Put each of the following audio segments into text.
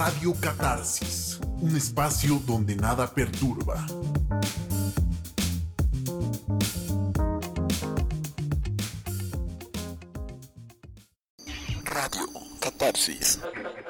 Radio Catarsis, un espacio donde nada perturba. Radio Catarsis.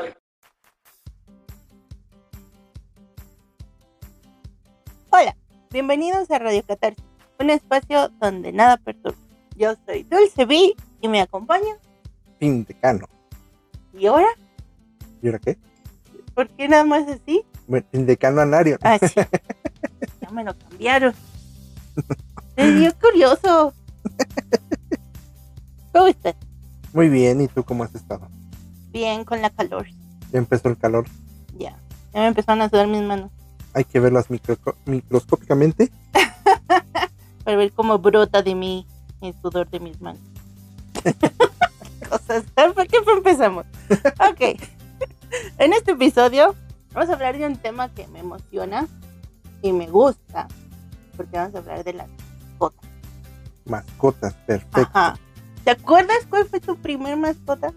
Hola, bienvenidos a Radio Catarsis, un espacio donde nada perturba. Yo soy Dulce B y me acompaña Fin Decano. ¿Y ahora? ¿Y ahora qué? ¿Por qué nada más así? Bueno, Fin Decano Anario. Ah, sí. Ya me lo cambiaron. Es bien curioso. ¿Cómo estás? Muy bien, ¿y tú cómo has estado? Bien, con la calor. Ya empezó el calor. Ya me empezaron a sudar mis manos. Hay que verlas microscópicamente. Para ver cómo brota de mí el sudor de mis manos. Cosas. ¿Por qué empezamos? Ok. En este episodio vamos a hablar de un tema que me emociona y me gusta. Porque vamos a hablar de las mascotas. Mascotas, perfecto. Ajá. ¿Te acuerdas cuál fue tu primer mascota?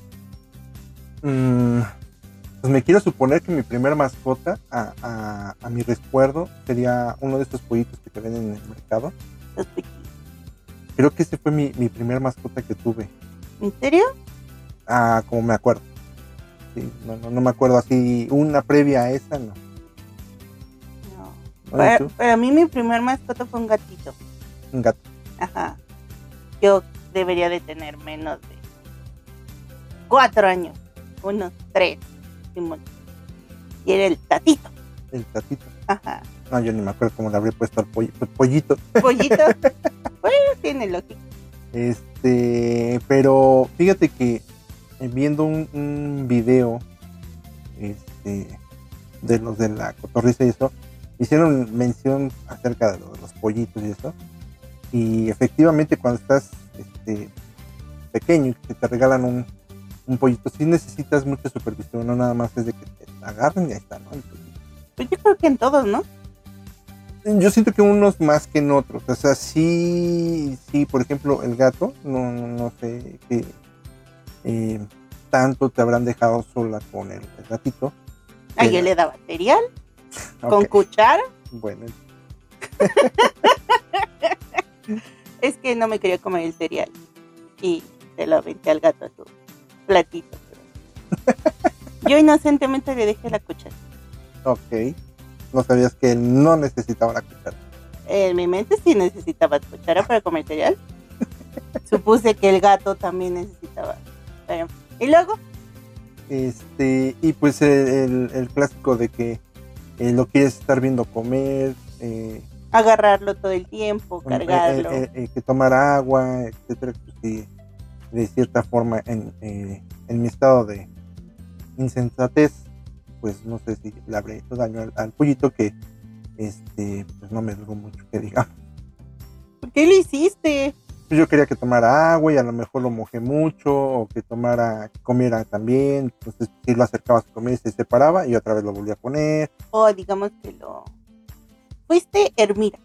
Pues me quiero suponer que mi primer mascota, a mi recuerdo, sería uno de estos pollitos que te venden en el mercado. Los pequeños. Creo que ese fue mi primer mascota que tuve. ¿En serio? Como me acuerdo. Sí, no me acuerdo así, una previa a esa, no. No. Para mí mi primer mascota fue un gatito. Un gato. Ajá. Yo debería de tener menos de 4 años. Unos 3. Y era el tatito. El tatito. Ajá. No, yo ni me acuerdo cómo le habría puesto al pollito. Pollito. Bueno, tiene lógica. Pero fíjate que viendo un video de los de la cotorriza y eso, hicieron mención acerca de los pollitos y eso, y efectivamente cuando estás pequeño y que te regalan un pollito, sí necesitas mucha supervisión, no nada más es de que te agarren y ahí está, ¿no? Pues yo creo que en todos, ¿no? Yo siento que unos más que en otros, o sea, sí, por ejemplo, el gato, no sé qué tanto te habrán dejado sola con el gatito. Yo le daba cereal, Okay. con cuchara. Bueno. Es que no me quería comer el cereal y se lo aventé al gato a su platito. Yo inocentemente le dejé la cuchara. Ok. No sabías que él no necesitaba la cuchara. En mi mente sí necesitaba cuchara para comer cereal. Supuse que el gato también necesitaba. Y luego. Y pues el clásico de que lo quieres estar viendo comer. Agarrarlo todo el tiempo, cargarlo. Que tomar agua, etcétera. Pues sí, de cierta forma, en mi estado de insensatez, pues no sé si le habré hecho daño al pollito que pues no me duró mucho, que digamos. ¿Por qué lo hiciste? Pues yo quería que tomara agua y a lo mejor lo mojé mucho, o que comiera también. Entonces si lo acercabas a comer se separaba y otra vez lo volvía a poner. O digamos que fuiste Hermira.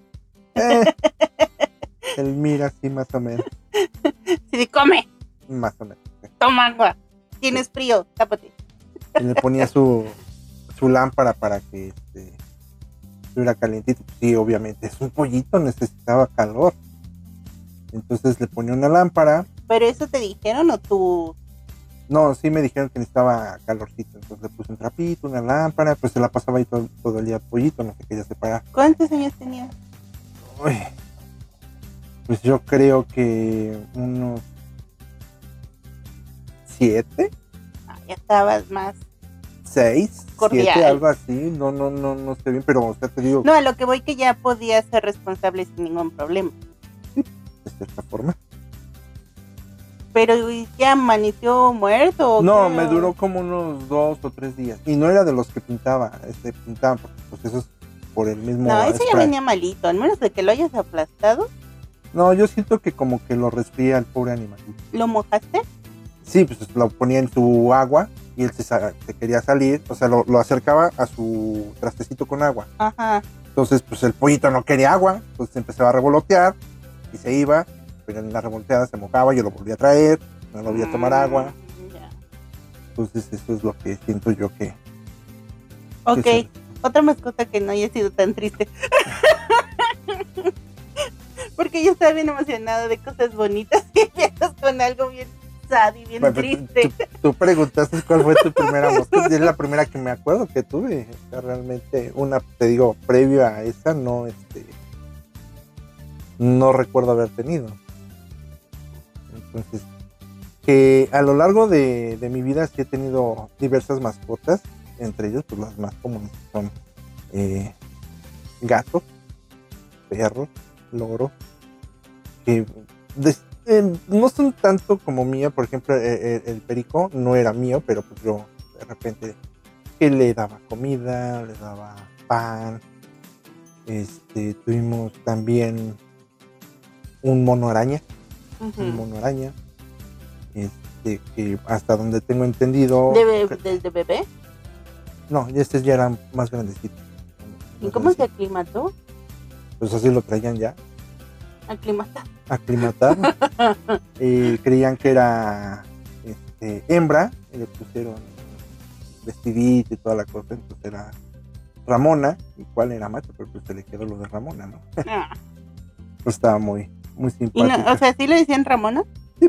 Elmira, sí, más o menos. Sí, come. Más o menos. Toma agua. Tienes frío, tápate. Y le ponía su lámpara para que estuviera calientito. Sí, obviamente, es un pollito, necesitaba calor. Entonces le ponía una lámpara. ¿Pero eso te dijeron o tú? No, sí me dijeron que necesitaba calorcito. Entonces le puse un trapito, una lámpara. Pues se la pasaba ahí todo el día el pollito, no se quería separar. ¿Cuántos años tenías? Uy, pues yo creo que unos 7. Ya estabas más 6, cordial. 7, algo así, no sé bien, pero o sea, te digo. No, a lo que voy que ya podías ser responsable sin ningún problema. De cierta forma. Pero ya amaneció muerto. ¿O No, qué? me duró como unos 2 o 3 días. Y no era de los que pintaban, porque pues eso es por el mismo. No, ese ya spray. venía malito, al menos de que lo hayas aplastado. No, yo siento que como que lo resfría el pobre animalito. ¿Lo mojaste? Sí, pues lo ponía en su agua y él se quería salir, o sea, lo acercaba a su trastecito con agua. Ajá. Entonces, pues el pollito no quería agua, entonces empezaba a revolotear y se iba, pero en la revolteada se mojaba, yo lo volvía a traer, no lo volvía a tomar agua. Ya. Entonces eso es lo que siento yo que... Ok, que otra mascota que no haya sido tan triste. Porque yo estaba bien emocionado de cosas bonitas y empiezas con algo bien sad y bien Bueno, triste. tú preguntaste cuál fue tu primera mascota. Es la primera que me acuerdo que tuve. O sea, realmente una, te digo, previo a esa no recuerdo haber tenido. Entonces, que a lo largo de mi vida sí he tenido diversas mascotas. Entre ellos, pues las más comunes son gatos, perros, loros, que no son tanto como mía. Por ejemplo, el perico no era mío, pero pues yo de repente que le daba comida, le daba pan. Tuvimos también un mono araña, que hasta donde tengo entendido... ¿De bebé? No, este ya era más grandecito. ¿Y cómo se aclimató? Pues así lo traían ya. Aclimatado. Creían que era hembra y le pusieron vestidito y toda la cosa. Entonces era Ramona, y cuál era macho, pero pues se le quedó lo de Ramona, ¿no? Ah. Pues estaba muy simpático. ¿Y no, o sea, sí le decían Ramona? Sí.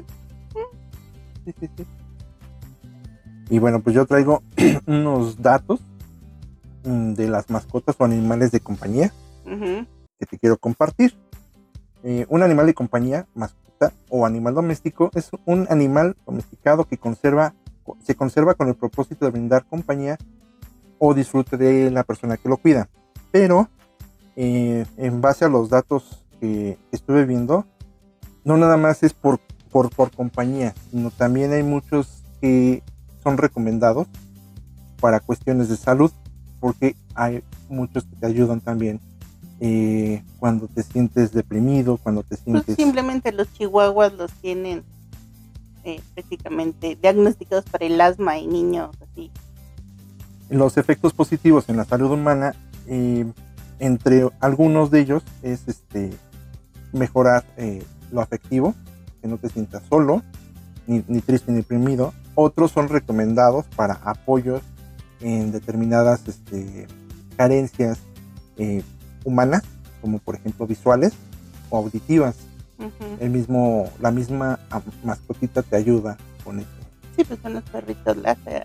Y bueno, pues yo traigo unos datos de las mascotas o animales de compañía que te quiero compartir. Un animal de compañía, mascota o animal doméstico es un animal domesticado que se conserva con el propósito de brindar compañía o disfrute de la persona que lo cuida. Pero en base a los datos que estuve viendo, no nada más es por compañía, sino también hay muchos que son recomendados para cuestiones de salud, porque hay muchos que te ayudan también cuando te sientes deprimido, cuando te sientes... Pues simplemente los chihuahuas los tienen prácticamente diagnosticados para el asma y niños así. Los efectos positivos en la salud humana, entre algunos de ellos es mejorar lo afectivo, que no te sientas solo, ni triste ni deprimido. Otros son recomendados para apoyos en determinadas carencias humanas, como por ejemplo visuales o auditivas. La misma mascotita te ayuda con eso. Sí, pues son los perritos Lázaros.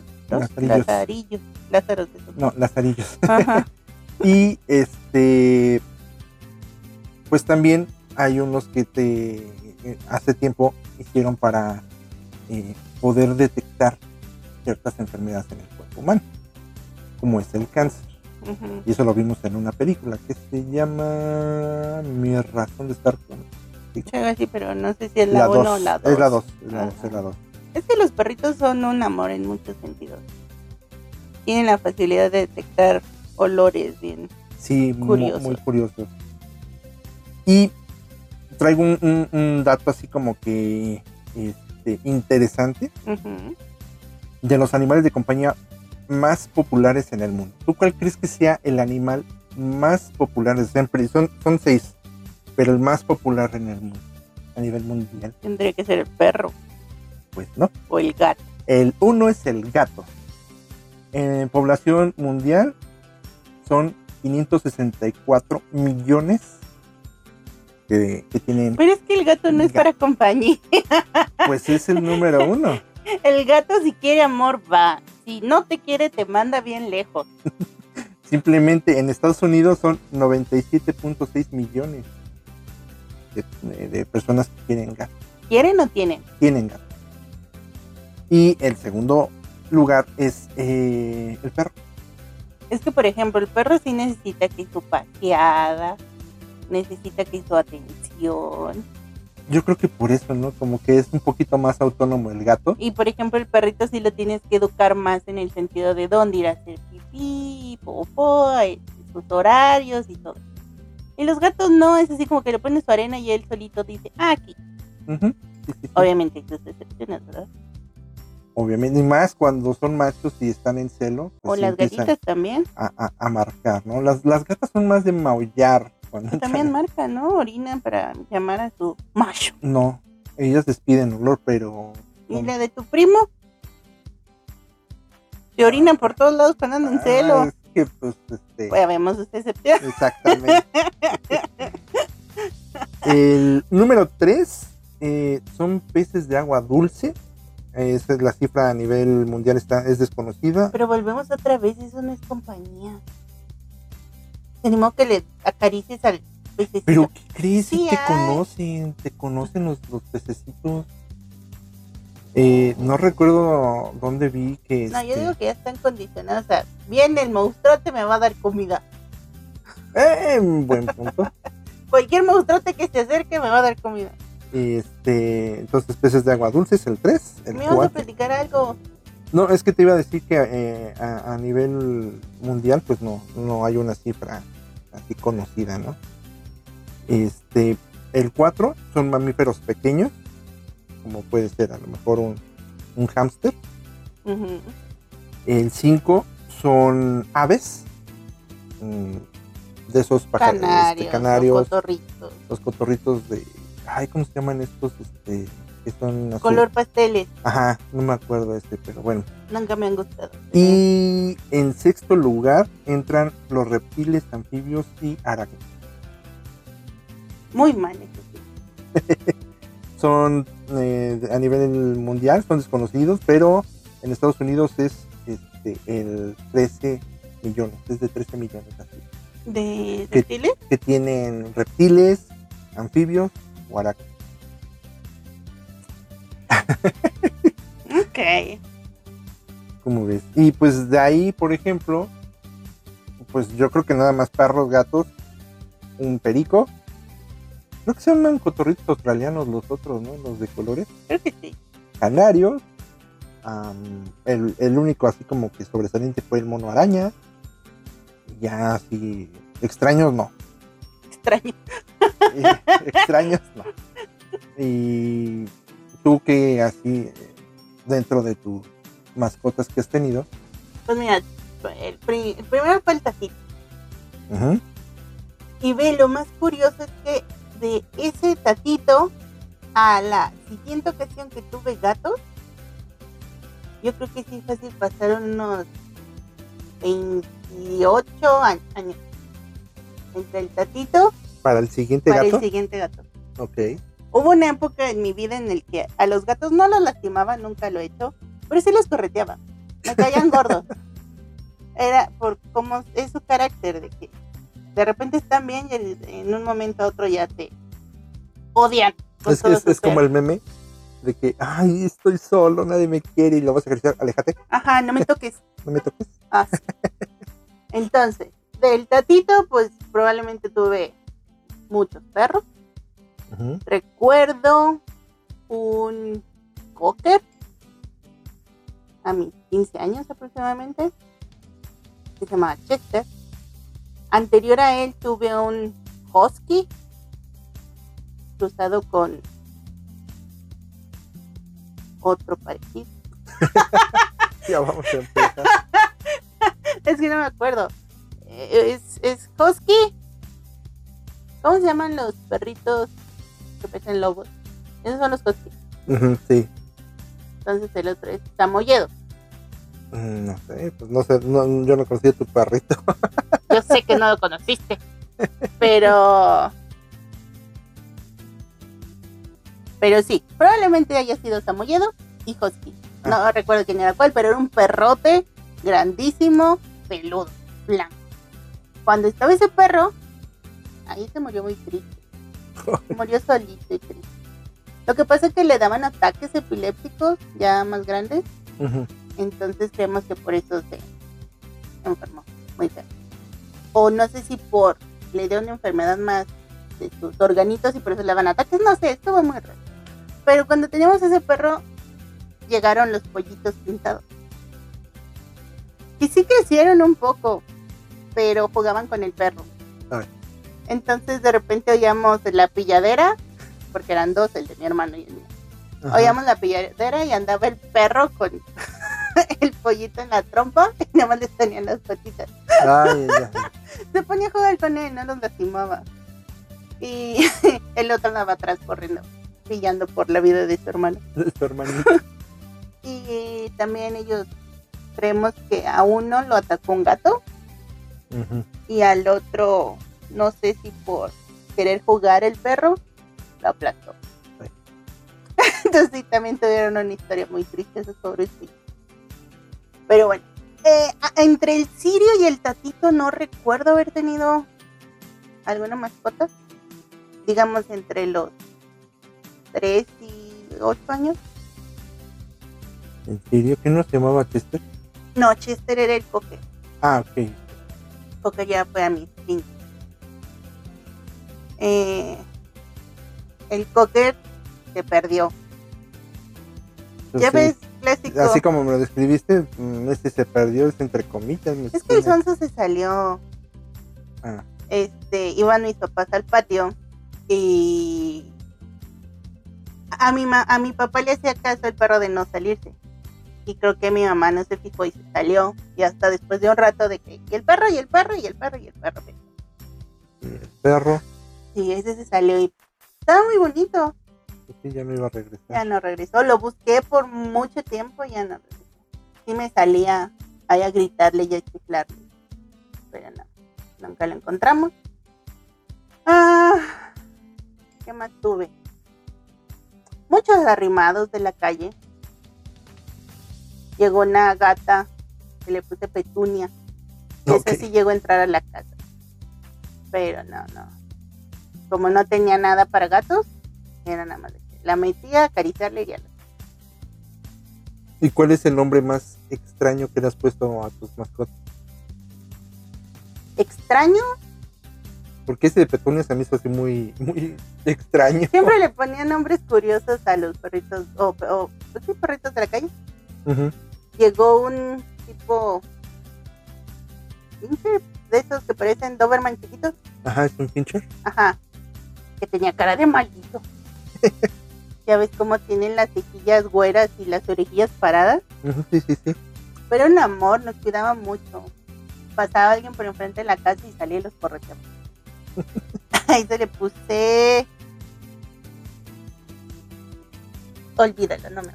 Lázaros. No, lazarillos. Ajá. Y pues también hay unos que hace tiempo hicieron para poder detectar ciertas enfermedades en el cuerpo humano, como es el cáncer. Y eso lo vimos en una película que se llama Mi razón de estar contigo. Sí, pero no sé si es la 1 o la 2. Es la 2. Es que los perritos son un amor en muchos sentidos. Tienen la facilidad de detectar olores bien curiosos. Muy curiosos. Y traigo un dato así como que interesante de los animales de compañía más populares en el mundo. ¿Tú cuál crees que sea el animal más popular? Siempre son 6, pero el más popular en el mundo, a nivel mundial. Tendría que ser el perro. Pues no. O el gato. El 1 es el gato. En población mundial son 564 millones que tienen. Pero es que el gato no es para compañía. Pues es el número 1. El gato, si quiere amor, va. Si no te quiere, te manda bien lejos. Simplemente en Estados Unidos son 97.6 millones de personas que quieren gato. ¿Quieren o tienen? Tienen gato. Y el segundo lugar es el perro. Es que, por ejemplo, el perro sí necesita que su paseada, necesita que su atención. Yo creo que por eso, ¿no? Como que es un poquito más autónomo el gato. Y, por ejemplo, el perrito sí lo tienes que educar más en el sentido de dónde ir a hacer pipí, popó, sus horarios y todo. Y los gatos no, es así como que le pones su arena y él solito dice, aquí. Sí. Obviamente existen excepciones, ¿verdad? Obviamente, y más cuando son machos y están en celo. Pues o las gatitas también. A marcar, ¿no? Las gatas son más de maullar. También marcan, ¿no? Orinan para llamar a su macho. No, ellas despiden olor, pero... ¿Y la de tu primo? Se orinan por todos lados cuando andan en celo. Es que, pues, Pues vemos esta excepción. exactamente. El número 3 son peces de agua dulce. Esa es la cifra a nivel mundial, es desconocida. Pero volvemos otra vez, eso no es compañía. Tenemos que le acaricies al pececito. Pero ¿qué crees? Sí, Te ay. conocen los pececitos. No recuerdo dónde vi que No, yo digo que ya están condicionados. O sea, viene el monstruote, me va a dar comida. Buen punto. Cualquier monstruote que se acerque me va a dar comida. Entonces peces de agua dulce es el 3, el Me vas a 4. platicar algo. No, es que te iba a decir que a nivel mundial pues no hay una cifra así conocida, ¿no? El 4 son mamíferos pequeños, como puede ser a lo mejor un hámster. Ujú. El 5 son aves, de esos pájaros, canarios, los cotorritos de, ay, ¿cómo se llaman estos? Que son azul. Color pasteles. Ajá, no me acuerdo pero bueno. Nunca me han gustado. Y en sexto lugar entran los reptiles, anfibios y arácnidos. Muy mal eso sí. Son a nivel mundial, son desconocidos, pero en Estados Unidos es el 13 millones, es de 13 millones así. ¿De reptiles? Que tienen reptiles, anfibios o arácnidos. Ok. ¿Cómo ves? Y pues de ahí, por ejemplo, pues yo creo que nada más perros, gatos, un perico. Creo que se llaman cotorritos australianos los otros, ¿no? Los de colores. Creo que sí. Canarios. El único así como que sobresaliente fue el mono araña. Ya así, extraños no. Extraño. Extraños no. Y tú que así, dentro de tus mascotas que has tenido. Pues mira, el primero fue el tatito. Uh-huh. Y ve, lo más curioso es que de ese tatito a la siguiente ocasión que tuve gatos, yo creo que sí fácil pasaron unos 28 años entre el tatito para el siguiente gato. Ok. Hubo una época en mi vida en el que a los gatos no los lastimaba, nunca lo he hecho, pero sí los correteaba. Me caían gordos. Era por cómo es su carácter, de que de repente están bien y en un momento a otro ya te odian. Es como el meme de que, ay, estoy solo, nadie me quiere y lo vas a ejercer, aléjate. Ajá, no me toques. No me toques. Ah, sí. Entonces, del tatito, pues probablemente tuve muchos perros. Uh-huh. Recuerdo un cocker a mis 15 años aproximadamente, que se llamaba Chester. Anterior a él tuve un husky cruzado con otro parecido. Ya vamos a empezar. Es que no me acuerdo. Es husky. ¿Cómo se llaman los perritos que parecen lobos? Esos son los husky. Uh-huh, sí. Entonces el otro es samoyedo. No sé, pues no sé, yo no conocí a tu perrito. Yo sé que no lo conociste, pero sí, probablemente haya sido samoyedo y husky. No recuerdo quién era cuál, pero era un perrote grandísimo, peludo, blanco. Cuando estaba ese perro, ahí se murió muy triste. Murió solito y triste. Lo que pasa es que le daban ataques epilépticos ya más grandes. Uh-huh. Entonces creemos que por eso se enfermó muy feo. O no sé si le dio una enfermedad más de sus organitos y por eso le daban ataques. No sé, estuvo muy raro. Pero cuando teníamos ese perro, llegaron los pollitos pintados. Y sí crecieron un poco, pero jugaban con el perro. Ay. Entonces de repente oíamos la pilladera, porque eran dos, el de mi hermano y el mío. Ajá. Oíamos la pilladera y andaba el perro con el pollito en la trompa y nada más les tenían las patitas. Ay, ya. Se ponía a jugar con él, no los lastimaba. Y el otro andaba atrás corriendo, pillando por la vida de su hermano. Tu hermanito. Y también ellos creemos que a uno lo atacó un gato y al otro, no sé si por querer jugar el perro, lo aplastó. Sí. Entonces sí, también tuvieron una historia muy triste esos pobrecitos. Pero bueno, entre el Sirio y el Tatito no recuerdo haber tenido alguna mascota. Digamos entre los 3 y 8 años. ¿En serio? ¿Qué no se llamaba Chester? No, Chester era el Cocker. Ah, ok. Cocker ya fue a mis 5. El Cocker se perdió. Ya Entonces, ves, clásico. así como me lo describiste, ese se perdió, es entre comillas. Es que el sonso se salió. Ah, Iban mis papás al patio y a mi papá le hacía caso el perro de no salirse. Y creo que mi mamá no se fijó y se salió. Y hasta después de un rato de que y el perro. y el perro, Sí, ese se salió y estaba muy bonito. sí, ya no iba a regresar. Ya no regresó. Lo busqué por mucho tiempo y ya no regresó. Sí me salía ahí a gritarle y a chiflarle. Pero no, nunca lo encontramos. ¿Qué más tuve? Muchos arrimados de la calle. Llegó una gata que le puse Petunia. Ok. Esa sí llegó a entrar a la casa. Pero no. Como no tenía nada para gatos, era nada más de que la metía a acariciarle y ya. ¿Y cuál es el nombre más extraño que le has puesto a tus mascotas? ¿Extraño? Porque ese de Petunias a mí se hace muy, muy extraño. Siempre le ponía nombres curiosos a los perritos, pues sí, perritos de la calle. Ujú. Llegó un tipo pinche de esos que parecen Doberman chiquitos. Ajá, es un pincher. Ajá. Que tenía cara de maldito. Ya ves cómo tienen las cejillas güeras y las orejillas paradas. Sí. Pero un amor, nos cuidaba mucho. Pasaba alguien por enfrente de la casa y salía y los correteaba. Ahí se le puse. Olvídalo, no me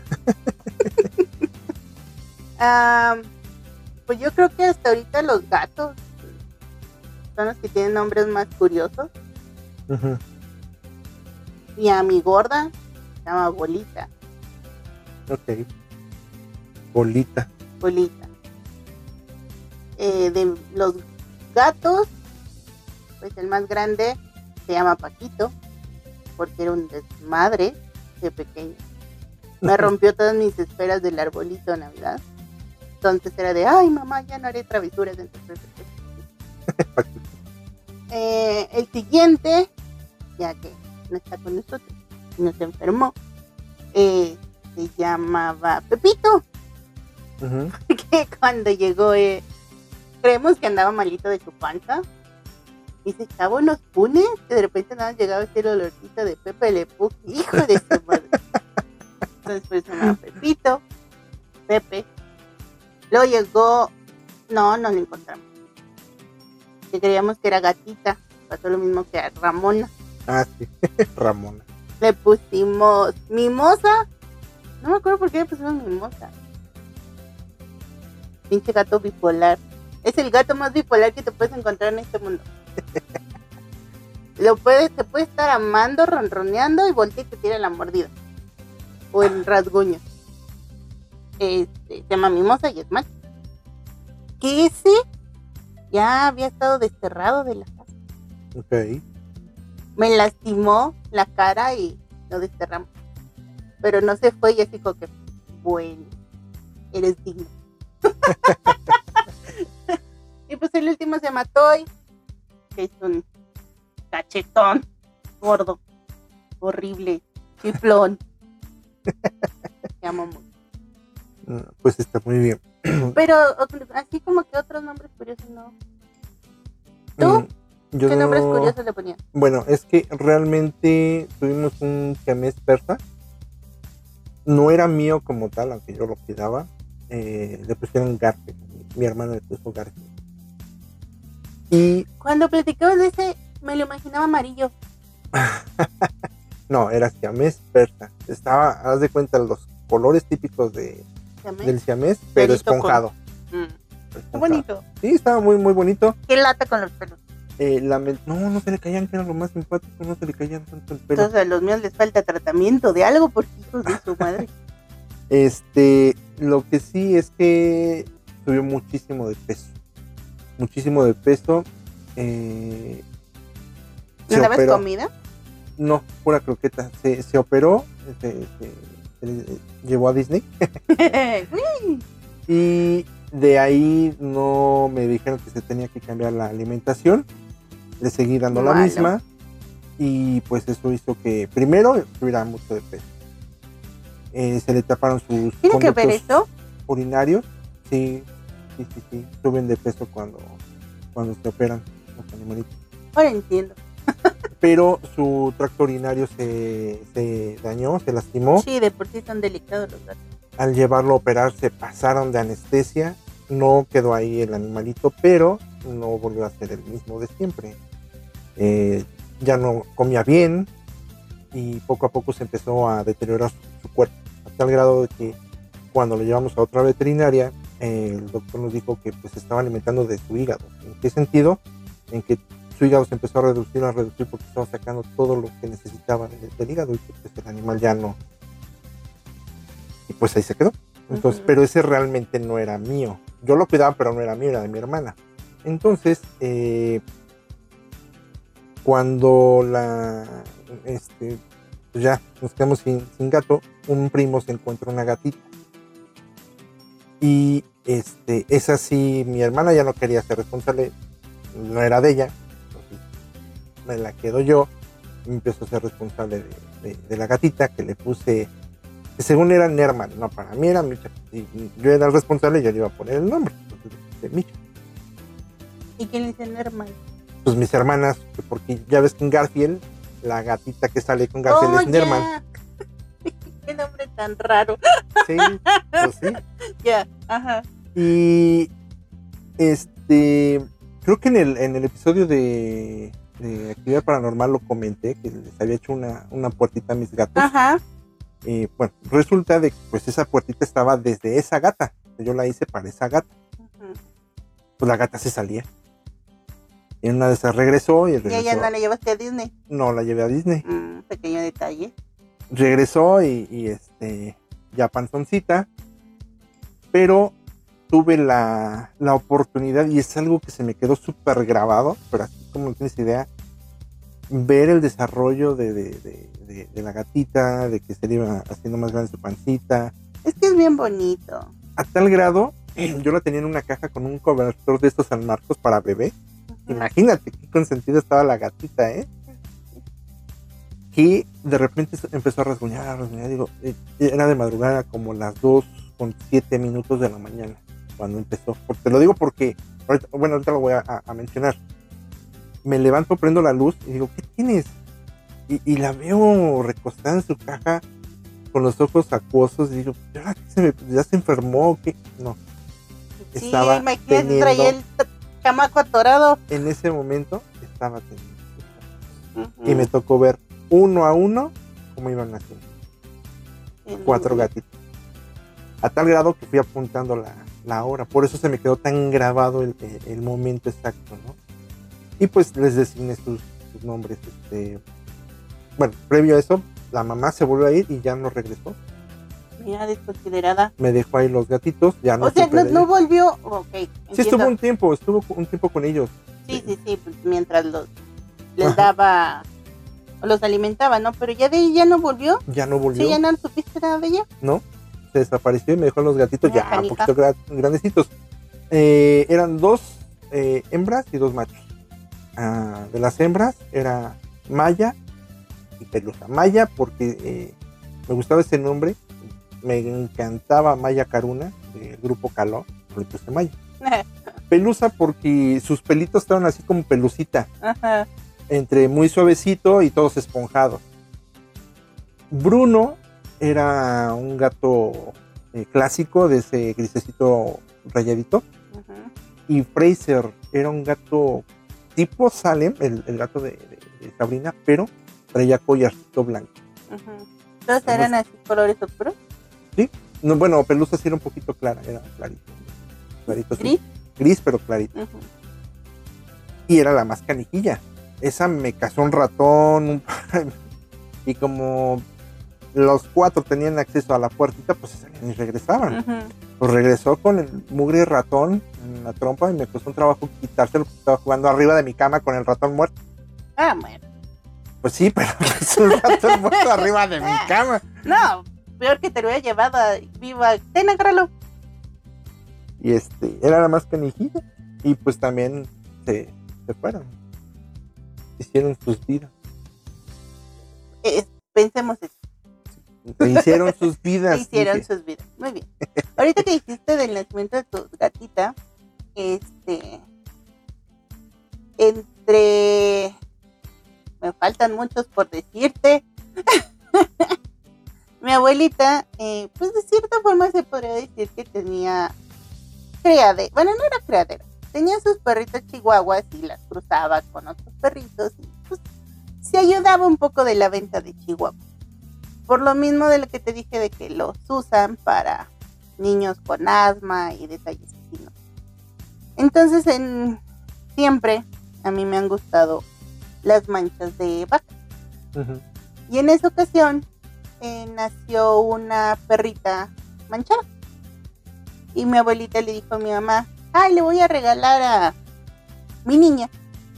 acuerdo. Pues yo creo que hasta ahorita los gatos son los que tienen nombres más curiosos. Ujú. Y a mi gorda se llama Bolita. Ok. Bolita. De los gatos, pues el más grande se llama Paquito, porque era un desmadre de pequeño. Me rompió todas mis esferas del arbolito de Navidad. Entonces era de, ay mamá, ya no haré travesuras. Entonces, el siguiente, ya que no está con nosotros, no se enfermó, se llamaba Pepito. Ujú. Que cuando llegó, creemos que andaba malito de su panza y se echaba unos punes que de repente nada más llegaba a ser el olorcito de Pepe Le Pew, hijo de su madre. Entonces pues se llamaba Pepito, Pepe. Luego llegó, no lo encontramos, que creíamos que era Gatita. Pasó lo mismo que a Ramona. Ah, sí. Ramona. Le pusimos Mimosa. No me acuerdo por qué le pusimos Mimosa. Pinche gato bipolar. Es el gato más bipolar que te puedes encontrar en este mundo. Te puede estar amando, ronroneando y voltea y te tira la mordida. O el rasguño. Se llama Mimosa y es macho. Que ese ya había estado desterrado de la casa. Ok. Me lastimó la cara y lo desterramos. Pero no se fue y así como que, bueno, eres digno. Y pues el último se llama Toy, que es un cachetón, gordo, horrible, chiflón. Te amo mucho. Pues está muy bien. Pero así como que otros nombres curiosos no. ¿Tú? Yo ¿Qué no- nombres curiosos le ponías? Bueno, es que realmente tuvimos un siamés persa. No era mío como tal, aunque yo lo cuidaba. Le pusieron Garfield. Mi hermano le puso Garfield. Y Cuando platicabas de ese, me lo imaginaba amarillo. no, era siamés persa. Haz de cuenta los colores típicos de ¿Siamés? del siamés, pero Pelito con- esponjado. Qué bonito. Sí, estaba muy, muy bonito. Qué lata con los pelos. No se le caían, que era lo más simpático, no se le caían tanto el pelo. Entonces a los míos les falta tratamiento de algo porque hijos de su madre. Lo que sí es que subió muchísimo de peso. Muchísimo de peso. ¿Le Se dabas operó. comida? No, pura croqueta. Se operó, se llevó a Disney. Uy, Y de ahí no me dijeron que se tenía que cambiar la alimentación. Le seguí dando la Malo. misma. Y pues eso hizo que primero subiera mucho de peso. Se le taparon sus ¿tiene que ver conductos eso? urinarios. Sí. Suben de peso cuando se operan los animalitos. Ahora entiendo. Pero su tracto urinario se dañó, se lastimó. Sí, de por sí son delicados los gatos. Al llevarlo a operar se pasaron de anestesia. No quedó ahí el animalito, pero no volvió a ser el mismo de siempre. Ya no comía bien y poco a poco se empezó a deteriorar su cuerpo, a tal grado de que cuando lo llevamos a otra veterinaria, el doctor nos dijo que pues se estaba alimentando de su hígado. ¿En qué sentido? En que su hígado se empezó a reducir porque estaba sacando todo lo que necesitaba del hígado y que pues el animal ya no. Y pues ahí se quedó. Entonces, pero ese realmente no era mío. Yo lo cuidaba, pero no era mío, era de mi hermana. Entonces, cuando pues ya nos quedamos sin gato, un primo se encuentra una gatita. Y esa sí, mi hermana ya no quería ser responsable, no era de ella, entonces me la quedo yo, y empezó a ser responsable de la gatita, que le puse, que según era Nerman, no, para mí era Micha, y yo era el responsable y yo le iba a poner el nombre, entonces le puse Micha. ¿Y quién le dice hermano? Pues mis hermanas, porque ya ves que en Garfield, la gatita que sale con Garfield es Nerman. Ya. Qué nombre tan raro. Sí, pues sí. Ya, ajá. Y creo que en el episodio de Actividad Paranormal lo comenté, que les había hecho una puertita a mis gatos. Ajá. Bueno, resulta de que pues esa puertita estaba desde esa gata. Yo la hice para esa gata. Ujú. Pues la gata se salía. Y en una de esas regresó y ¿Y ella no la llevaste a Disney? no la llevé a Disney. Pequeño detalle. Regresó y ya panzoncita, pero tuve la oportunidad, y es algo que se me quedó súper grabado, pero así como no tienes idea, ver el desarrollo de la gatita, de que se le iba haciendo más grande su pancita, Es que es bien bonito. a tal grado, yo la tenía en una caja con un cobertor de estos San Marcos para bebé. Ujú. Imagínate qué consentida estaba la gatita, que de repente empezó a rasguñar, digo, era de madrugada como las 2:07 de la mañana cuando empezó. Te lo digo porque, ahorita lo voy a mencionar. Me levanto, prendo la luz y digo, ¿qué tienes? Y la veo recostada en su caja con los ojos acuosos y digo, ¿ya se enfermó o qué? No, Sí, estaba imagínate, teniendo, traía el chamaco atorado. en ese momento estaba teniendo. Ujú. Y me tocó ver uno a uno cómo iban haciendo. 4 gatitos. A tal grado que fui apuntando la hora. Por eso se me quedó tan grabado el momento exacto, ¿no? Y pues les designé sus nombres. Bueno, previo a eso, la mamá se volvió a ir y ya no regresó. Mira, desconsiderada. Me dejó ahí los gatitos, ya no O sea, supe no, de no ellos. volvió. Ok. Sí, entiendo. estuvo un tiempo con ellos. Sí, pues mientras les Ajá. daba o los alimentaba, ¿no? Pero ya de ahí ya no volvió. Ya no volvió. Sí, ya no supiste nada de ella. ¿No? Se desapareció y me dejó los gatitos Mira, ya canija. un poquito grandecitos. Eran 2 hembras y 2 machos. De las hembras era Maya y Pelusa. Maya porque me gustaba ese nombre, me encantaba Maya Caruna del grupo Caló, le puse Maya. Pelusa porque sus pelitos estaban así como pelucita, Ajá. entre muy suavecito y todos esponjados. Bruno era un gato clásico de ese grisecito rayadito. Ajá. Y Fraser era un gato tipo Salem, el gato de Sabrina, pero traía collarcito blanco. Ajá. Todos eran así colores oscuros. No, bueno, Pelusa sí era un poquito clara, era clarito. Clarito, sí. ¿Gris? Gris, pero clarito. Ujú. Y era la más canijilla. Esa me cazó un ratón. Y como los 4 tenían acceso a la puertita, pues se salían y regresaban. Ujú. Pues regresó con el mugre ratón en la trompa y me costó un trabajo quitárselo porque estaba jugando arriba de mi cama con el ratón muerto. Ah, bueno. Pues sí, pero es un ratón muerto arriba de mi cama. No, peor que te lo hubiera llevado viva. Ten, agárralo. Y era la más canijilla. Y pues también se fueron. Hicieron sus vidas. Pensemos eso. Se hicieron sus vidas. Hicieron dije. sus vidas. Muy bien. Ahorita que dijiste del nacimiento de tu gatita, entre... Me faltan muchos por decirte. Mi abuelita, pues de cierta forma se podría decir que tenía criadero. Bueno, no era criadero. Tenía sus perritos chihuahuas y las cruzaba con otros perritos. Y pues se ayudaba un poco de la venta de chihuahua. Por lo mismo de lo que te dije de que los usan para niños con asma y detalles así, ¿no? Entonces, siempre a mí me han gustado las manchas de vaca. Uh-huh. Y en esa ocasión nació una perrita manchada. Y mi abuelita le dijo a mi mamá, ay, le voy a regalar a mi niña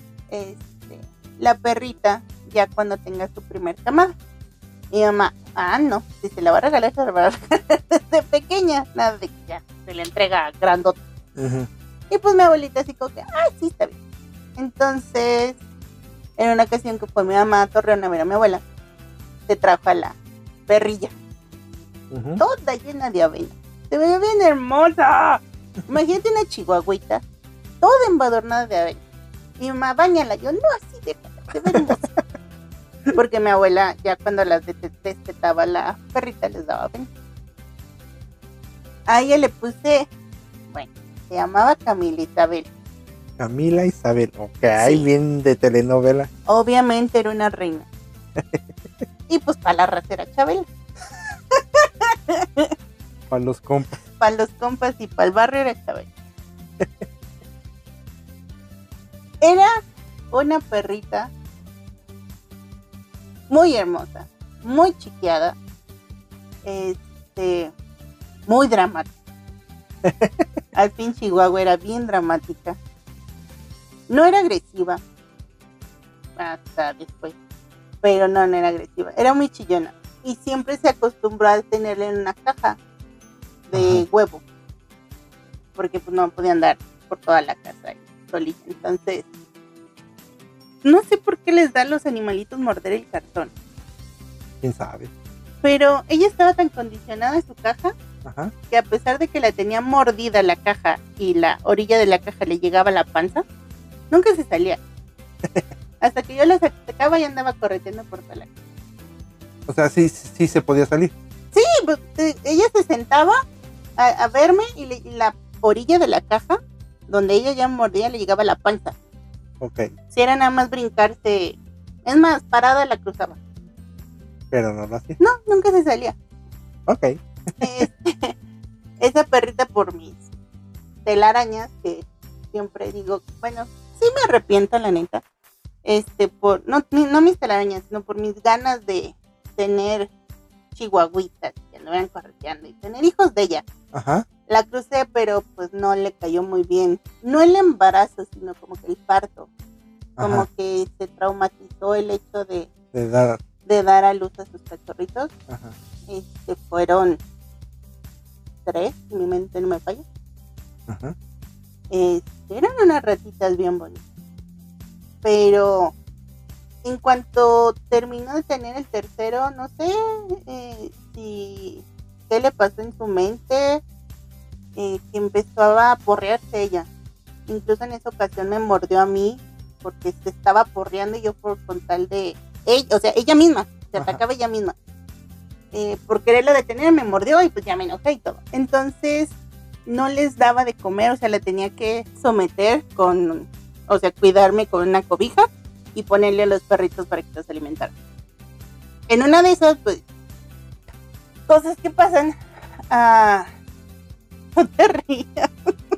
la perrita ya cuando tenga su primer camada. Y mi mamá, no, si se la va a regalar, se la va a regalar desde pequeña, nada de que ya se le entrega grandota. Uh-huh. Y pues mi abuelita así como que, sí, está bien. Entonces, en una ocasión que fue mi mamá a Torreón a ver a mi abuela, se trajo a la perrilla, Uh-huh. toda llena de avena. Se veía bien hermosa. Imagínate una chihuahuita, toda embadurnada de avena. Y mi mamá, báñala. Yo, no, así déjala, se ve hermosa. Porque mi abuela, ya cuando las destetaba la perrita, les daba avena. A ella le puse, bueno, se llamaba Camila Isabel. Camila Isabel, ok, Sí. bien de telenovela. Obviamente era una reina. Y pues para la raza era Chabela. Para los compas. Para los compas y para el barrio era Chabela. Era una perrita muy hermosa, muy chiqueada, muy dramática. Al fin Chihuahua era bien dramática. No era agresiva hasta después, pero no era agresiva. Era muy chillona y siempre se acostumbró a tenerla en una caja de huevo, porque pues no podía andar por toda la casa solita. Entonces, no sé por qué les da a los animalitos morder el cartón, ¿Quién sabe? pero ella estaba tan condicionada en su caja Ajá. que a pesar de que la tenía mordida la caja y la orilla de la caja le llegaba a la panza, nunca se salía. Hasta que yo la sacaba y andaba correteando por toda la casa. O sea, sí se podía salir. Sí, pues, ella se sentaba a verme y la orilla de la caja, donde ella ya mordía, le llegaba a la panza. Ok, Si era nada más brincarse, es más, parada la cruzaba. pero no lo hacía. No, nunca se salía. Ok. Esa perrita por mis telarañas, que siempre digo, bueno, sí me arrepiento la neta, por no mis telarañas, sino por mis ganas de tener chihuahuitas que anduvieran correteando y tener hijos de ella. Ajá. La crucé, pero pues no le cayó muy bien. No el embarazo, sino como que el parto. Como Ajá. que se traumatizó el hecho de De dar. dar a luz a sus cachorritos. Ajá. Fueron 3, si mi mente no me falla. Ajá. Eran unas ratitas bien bonitas. Pero en cuanto terminó de tener el tercero, no sé si qué le pasó en su mente, que empezó a porrearse ella. Incluso en esa ocasión me mordió a mí porque se estaba porreando y yo con tal de ella, o sea, ella misma, se atacaba ella misma. Por quererla detener me mordió y pues ya me enojé y todo. Entonces no les daba de comer, o sea, la tenía que someter cuidarme con una cobija y ponerle a los perritos para que los alimentaran. En una de esas, pues, cosas que pasan, No te rías.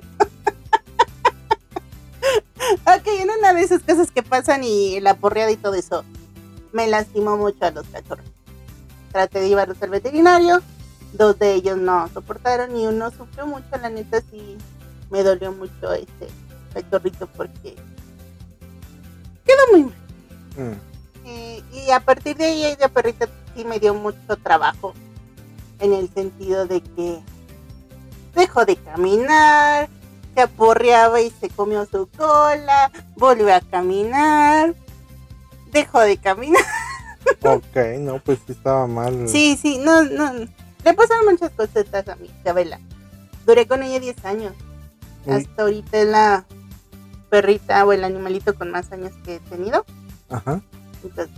Ok, en una de esas cosas que pasan y la porreada y todo eso, me lastimó mucho a los cachorros. Traté de llevarlos al veterinario, 2 de ellos no soportaron y uno sufrió mucho, la neta sí me dolió mucho este cachorrito porque quedó muy mal. Y a partir de ahí ella perrita sí me dio mucho trabajo en el sentido de que dejó de caminar, se aporreaba y se comió su cola, volvió a caminar, dejó de caminar. Ok, no, pues sí estaba mal. Sí, no, le pasaron muchas cositas a mi Isabela. Duré con ella 10 años. Uy. Hasta ahorita es la perrita o el animalito con más años que he tenido. Ajá. Entonces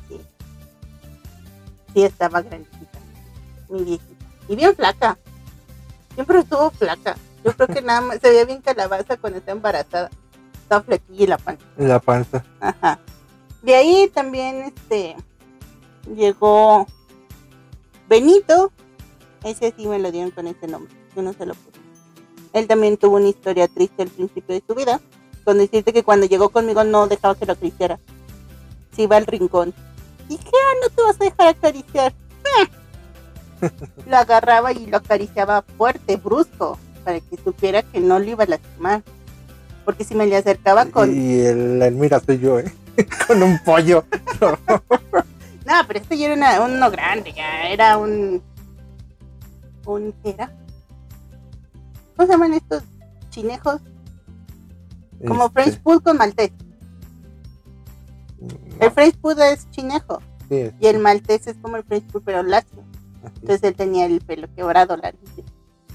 sí estaba grandecita, mi viejita. Y bien flaca. Siempre estuvo flaca. Yo creo que nada más se veía bien calabaza cuando estaba embarazada. Estaba flaquilla y la panza. La panza. Ajá. De ahí también llegó Benito. Ese sí me lo dieron con ese nombre. Yo no se lo puse. Él también tuvo una historia triste al principio de su vida. Con decirte que cuando llegó conmigo no dejaba que lo acariciara. Se iba al rincón. Dije, no te vas a dejar acariciar. Lo agarraba y lo acariciaba fuerte, brusco, para que supiera que no lo iba a lastimar. Porque si me le acercaba con... Y el mira soy yo, con un pollo. No, pero este ya era uno grande, ya era ¿qué era? ¿Cómo se llaman estos chinejos? Como French Poodle con maltés. El French Poodle es chinejo. Sí, y el maltés es como el French Poodle, pero lacio. Entonces él tenía el pelo quebrado, larguísimo.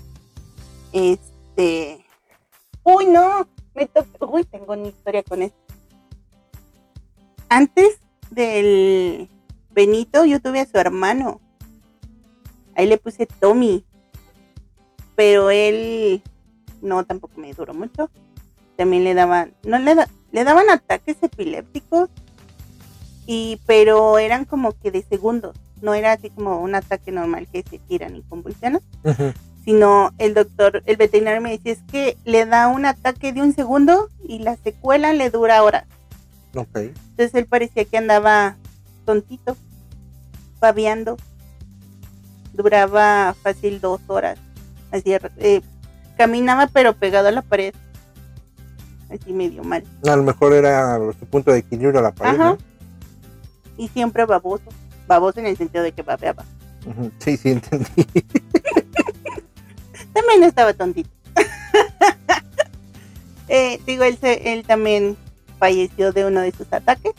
Uy, no. Uy, tengo una historia con esto. Antes del Benito, yo tuve a su hermano. Ahí le puse Tommy. Pero él no, tampoco me duró mucho. También le daban, le daban ataques epilépticos. Pero eran como que de segundos. No era así como un ataque normal que se tiran y convulsionan. Uh-huh. Sino el veterinario me decía, es que le da un ataque de 1 segundo y la secuela le dura horas. Okay. Entonces él parecía que andaba tontito, babeando. Duraba fácil 2 horas. Así, caminaba pero pegado a la pared. Así medio mal. A lo mejor era su punto de equilibrio a la pared. Ajá. ¿No? Y siempre baboso. Baboso en el sentido de que babeaba. Uh-huh. Sí, entendí. También estaba tontito. Digo, él también falleció de uno de sus ataques.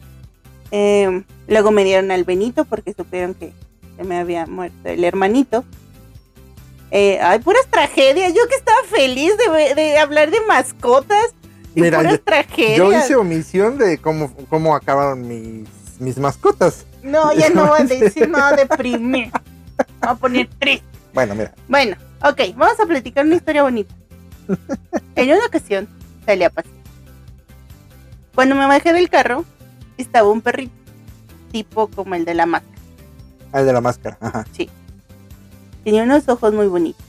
Luego me dieron al Benito porque supieron que se me había muerto el hermanito. Hay puras tragedias. Yo que estaba feliz de hablar de mascotas. Mira, puras tragedias. Yo hice omisión de cómo acabaron mis mascotas. No, ya no voy a decir nada de deprimir. Voy a poner triste. Bueno, mira. Bueno, ok, vamos a platicar una historia bonita. En una ocasión salí a pasear. Cuando me bajé del carro, estaba un perrito, tipo como el de la máscara. Ah, el de la máscara, ajá. Sí. Tenía unos ojos muy bonitos.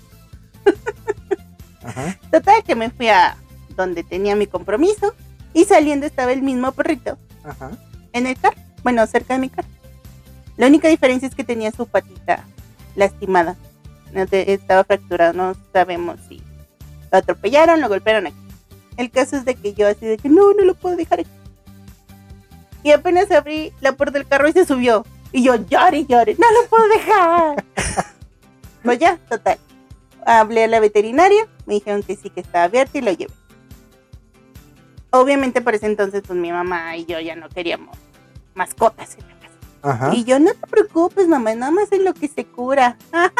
Ajá. Total, que me fui a donde tenía mi compromiso y saliendo estaba el mismo perrito. Ajá. En el carro, bueno, cerca de mi carro. La única diferencia es que tenía su patita lastimada. Estaba fracturado, no sabemos si lo atropellaron, lo golpearon aquí. El caso es de que yo así de que no lo puedo dejar aquí. Y apenas abrí la puerta del carro y se subió. Y yo lloré, no lo puedo dejar. Pues ya, total. Hablé a la veterinaria, me dijeron que sí, que estaba abierto y lo llevé. Obviamente por ese entonces pues mi mamá y yo ya no queríamos mascotas en la casa. Ajá. Y yo, no te preocupes, mamá, nada más es lo que se cura. Ajá.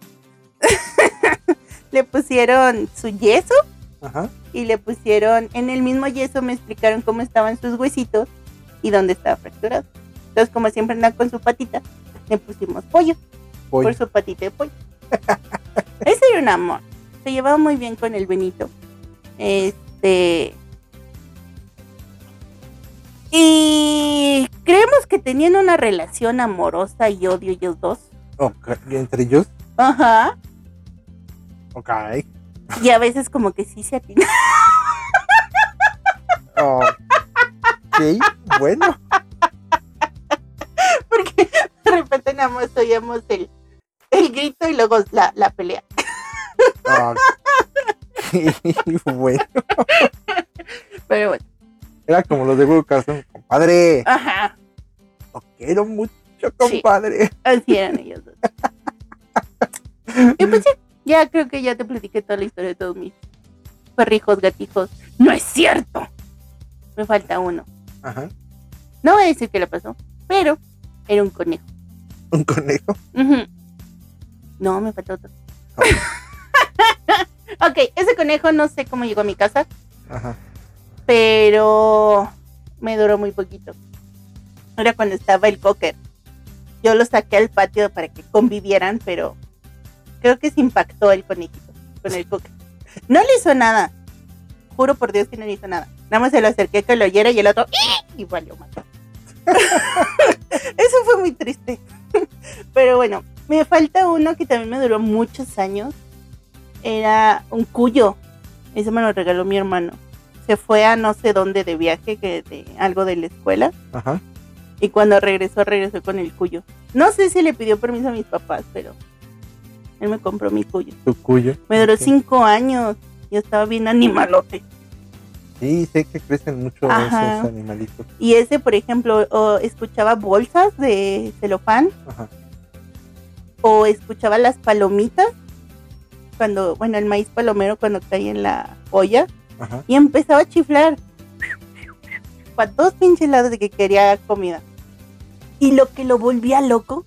Le pusieron su yeso. Ajá. Y le pusieron, en el mismo yeso me explicaron cómo estaban sus huesitos y dónde estaba fracturado. Entonces, como siempre anda con su patita, le pusimos pollo. Por su patita de pollo. Ese era un amor. Se llevaba muy bien con el Benito. Y creemos que tenían una relación amorosa y odio ellos dos. Okay. ¿Entre ellos? Ajá. Ok. Y a veces como que sí se atina. Ok, bueno. Porque de repente nada más oíamos el grito y luego la pelea. Ok, bueno. Pero bueno. Era como los de Google Carson, compadre. Ajá. Lo quiero mucho, compadre. Sí, así eran ellos dos. Y pues sí, ya creo que ya te platiqué toda la historia de todos mis perrijos, gatijos. ¡No es cierto! Me falta uno. Ajá. No voy a decir qué le pasó, pero era un conejo. Un conejo. Uh-huh. No, me falta otro. Ok, ese conejo no sé cómo llegó a mi casa. Ajá. Pero me duró muy poquito. Era cuando estaba el cocker. Yo lo saqué al patio para que convivieran, pero creo que se impactó el conejito con el cocker. No le hizo nada. Juro por Dios que no le hizo nada. Nada más se lo acerqué que lo oyera y el otro y valió más. Eso fue muy triste. Pero bueno, me falta uno que también me duró muchos años. Era un cuyo. Ese me lo regaló mi hermano. Se fue a no sé dónde de viaje, que de algo de la escuela. Ajá. Y cuando regresó con el cuyo. No sé si le pidió permiso a mis papás, pero él me compró mi cuyo. Tu cuyo. Me duró Ok. 5 años. Y estaba bien animalote. Sí, sé que crecen mucho Ajá. esos animalitos. Y ese, por ejemplo, escuchaba bolsas de celofán. Ajá. O escuchaba las palomitas. Cuando, bueno, el maíz palomero cuando cae en la olla. Ajá. Y empezaba a chiflar. Para 2 pinches lados de que quería comida. Y lo que lo volvía loco.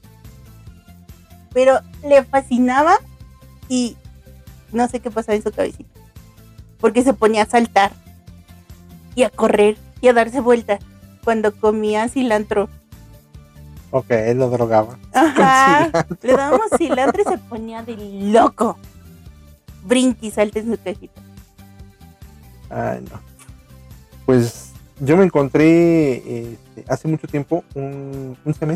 Pero le fascinaba. Y no sé qué pasaba en su cabecita. Porque se ponía a saltar. Y a correr. Y a darse vueltas. Cuando comía cilantro. Ok, él lo drogaba. Ajá. Con cilantro. Le dábamos cilantro y se ponía de loco. Brinqui, salte en su cajita. Ay, no. Pues yo me encontré hace mucho tiempo un siamés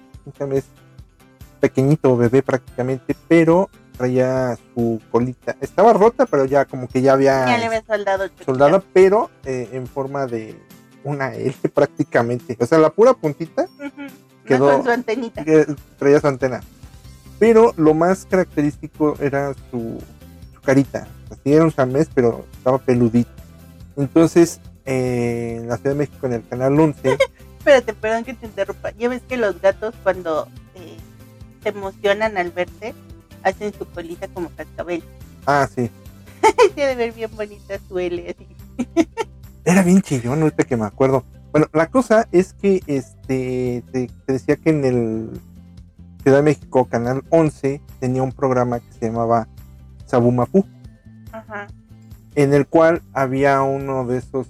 pequeñito, bebé prácticamente, pero traía su colita. Estaba rota, pero ya como que ya había Ya le había soldado el soldada, pero en forma de una L prácticamente. O sea, la pura puntita quedó, con su antenita. traía su antena. Pero lo más característico era su carita. Así era un siamés, pero estaba peludito. Entonces, en la Ciudad de México, en el Canal 11. Espérate, perdón que te interrumpa. Ya ves que los gatos cuando se emocionan al verte, hacen su colita como cascabel. Ah, sí. Se debe ver bien bonita su L así. Era bien chillón, ahorita que me acuerdo. Bueno, la cosa es que te decía que en el Ciudad de México, Canal 11, tenía un programa que se llamaba Sabumapú. Ajá. En el cual había uno de esos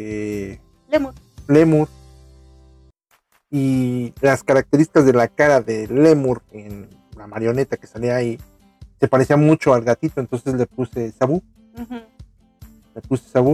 Lemur, y las características de la cara de Lemur en la marioneta que salía ahí se parecía mucho al gatito, entonces le puse Sabu. Uh-huh. Le puse Sabu.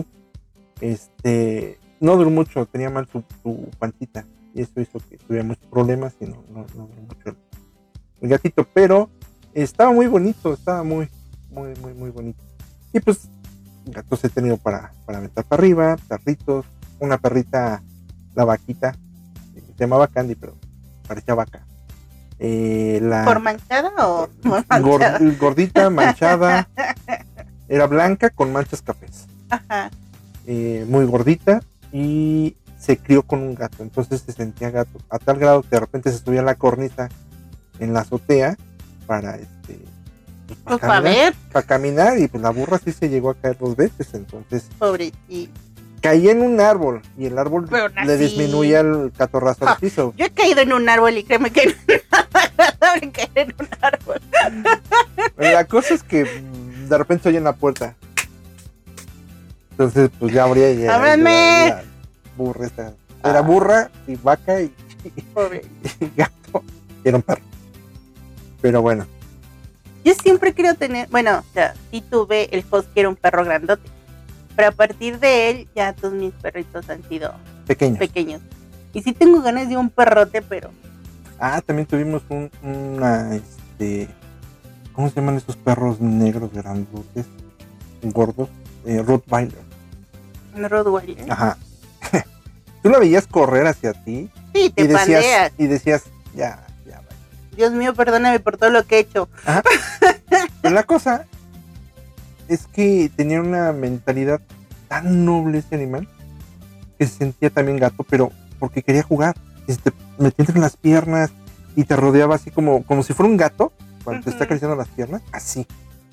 No duró mucho, tenía mal su pancita y eso hizo que tuviera muchos problemas y no duró mucho el gatito, pero estaba muy bonito, estaba muy bonito. Y pues gatos he tenido para aventar para arriba, perritos, una perrita, la vaquita, se llamaba Candy, pero parecía vaca. ¿Por manchada o por manchada? Gordita, manchada, era blanca con manchas cafés. Ajá. Muy gordita y se crió con un gato, entonces se sentía gato, a tal grado que de repente se subía a la cornisa en la azotea para Pues para ver. Para caminar, y pues la burra sí se llegó a caer 2 veces, entonces Pobrecito. caía en un árbol y el árbol le disminuía el catorrazo al piso. Yo he caído en un árbol y créeme que no me caer en un árbol. La cosa es que de repente se oye en la puerta, entonces pues ya abría y ¡Ábranme! la burra esta. Era burra y vaca y gato, y era un perro, pero bueno. Yo siempre quiero tener, bueno, o sea, sí tuve el Husky, era un perro grandote, pero a partir de él ya todos mis perritos han sido pequeños. Y sí tengo ganas de un perrote, pero... También tuvimos una ¿cómo se llaman esos perros negros grandotes, gordos? Rottweiler. Un Rottweiler. Ajá. Tú la veías correr hacia ti Sí, te pandeas. y decías, ya, vaya. Dios mío, perdóname por todo lo que he hecho. Ajá. Pero la cosa es que tenía una mentalidad tan noble ese animal que se sentía también gato, pero porque quería jugar. Metía entre las piernas y te rodeaba así como si fuera un gato cuando te está acariciando las piernas, así.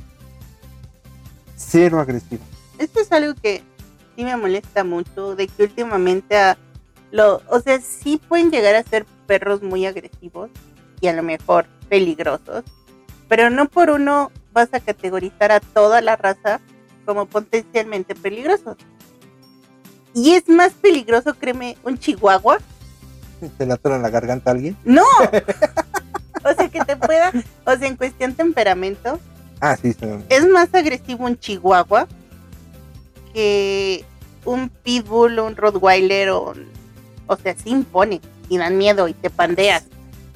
Cero agresivo. Esto es algo que sí me molesta mucho, de que últimamente o sea, sí pueden llegar a ser perros muy agresivos y a lo mejor peligrosos, pero no por uno vas a categorizar a toda la raza como potencialmente peligrosos. Y es más peligroso, créeme, un chihuahua. ¿Te la atoran la garganta a alguien? ¡No! O sea, que te pueda, o sea, en cuestión temperamento, Sí. es más agresivo un chihuahua que un pitbull, un rottweiler, o sea, sí impone y dan miedo y te pandeas.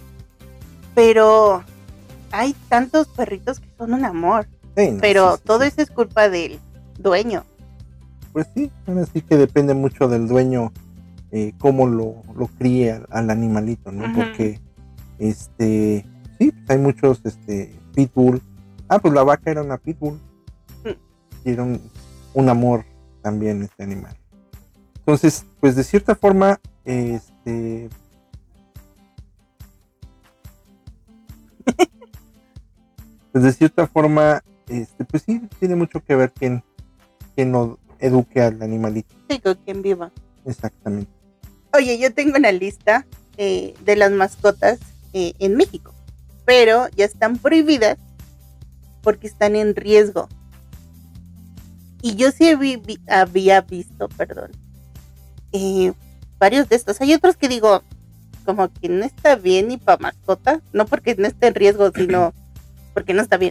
Pero hay tantos perritos que son un amor. Sí, no, pero sí, todo sí. eso es culpa del dueño. Pues sí, ahora sí que depende mucho del dueño, cómo lo críe al animalito, ¿no? Ujú. Porque, sí, pues hay muchos, pitbull. Pues la vaca era una pitbull. Y era un amor también este animal. Entonces, pues de cierta forma, pues de cierta forma, pues sí, tiene mucho que ver quién lo eduque al animalito. Sí, con quien viva. Exactamente. Oye, yo tengo una lista de las mascotas en México, pero ya están prohibidas porque están en riesgo. Y yo sí había visto, varios de estos. Hay otros que digo, como que no está bien ni para mascota, no porque no esté en riesgo, sino porque no está bien.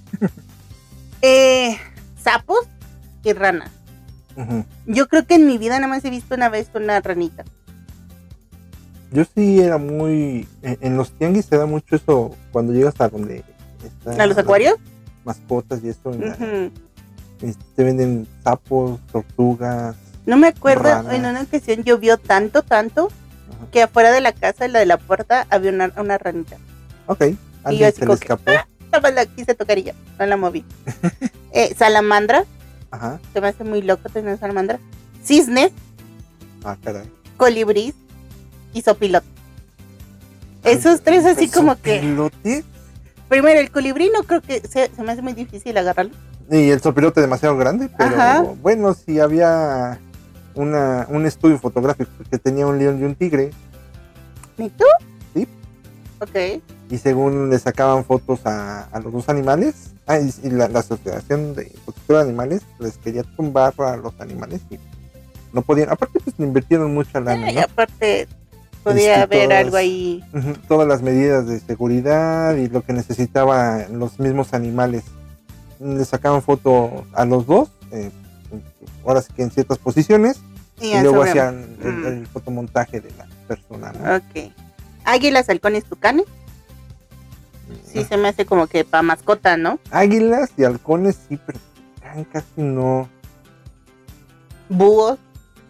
Sapos y ranas. Uh-huh. Yo creo que en mi vida nada más he visto una vez una ranita. Yo sí era muy... En los tianguis se da mucho eso cuando llegas a donde están ¿A los acuarios? mascotas y esto. Uh-huh. Te venden sapos, tortugas. No me acuerdo, ranas. en una ocasión llovió tanto, Ajá. que afuera de la casa, en la de la puerta, había una ranita. Ok, Y yo alguien así se le como que, escapó. la quise tocar y ya, no la moví. Salamandra, Ajá. se me hace muy loco tener salamandra. Cisnes, Caray. colibrís y sopilote. Esos tres así como que... ¿Sopilote? Primero, el colibrí no creo que se me hace muy difícil agarrarlo. Y el sopilote demasiado grande, pero Ajá. bueno, si había un estudio fotográfico que tenía un león y un tigre. ¿Y tú? Sí. Ok. Y según le sacaban fotos a los dos animales, y la Asociación de Protección de Animales les quería tumbar a los animales y no podían. Aparte, pues le invirtieron mucha lana, Y ¿no? aparte, podía haber todas- algo ahí. Todas las medidas de seguridad y lo que necesitaban los mismos animales. Le sacaban foto a los dos, ahora sí que en ciertas posiciones, y ya luego sabemos. hacían el fotomontaje de la persona, ¿no? Ok. Águilas, halcones, tucanes. Sí, se me hace como que para mascota, ¿no? Águilas y halcones sí, pero casi no. Búhos,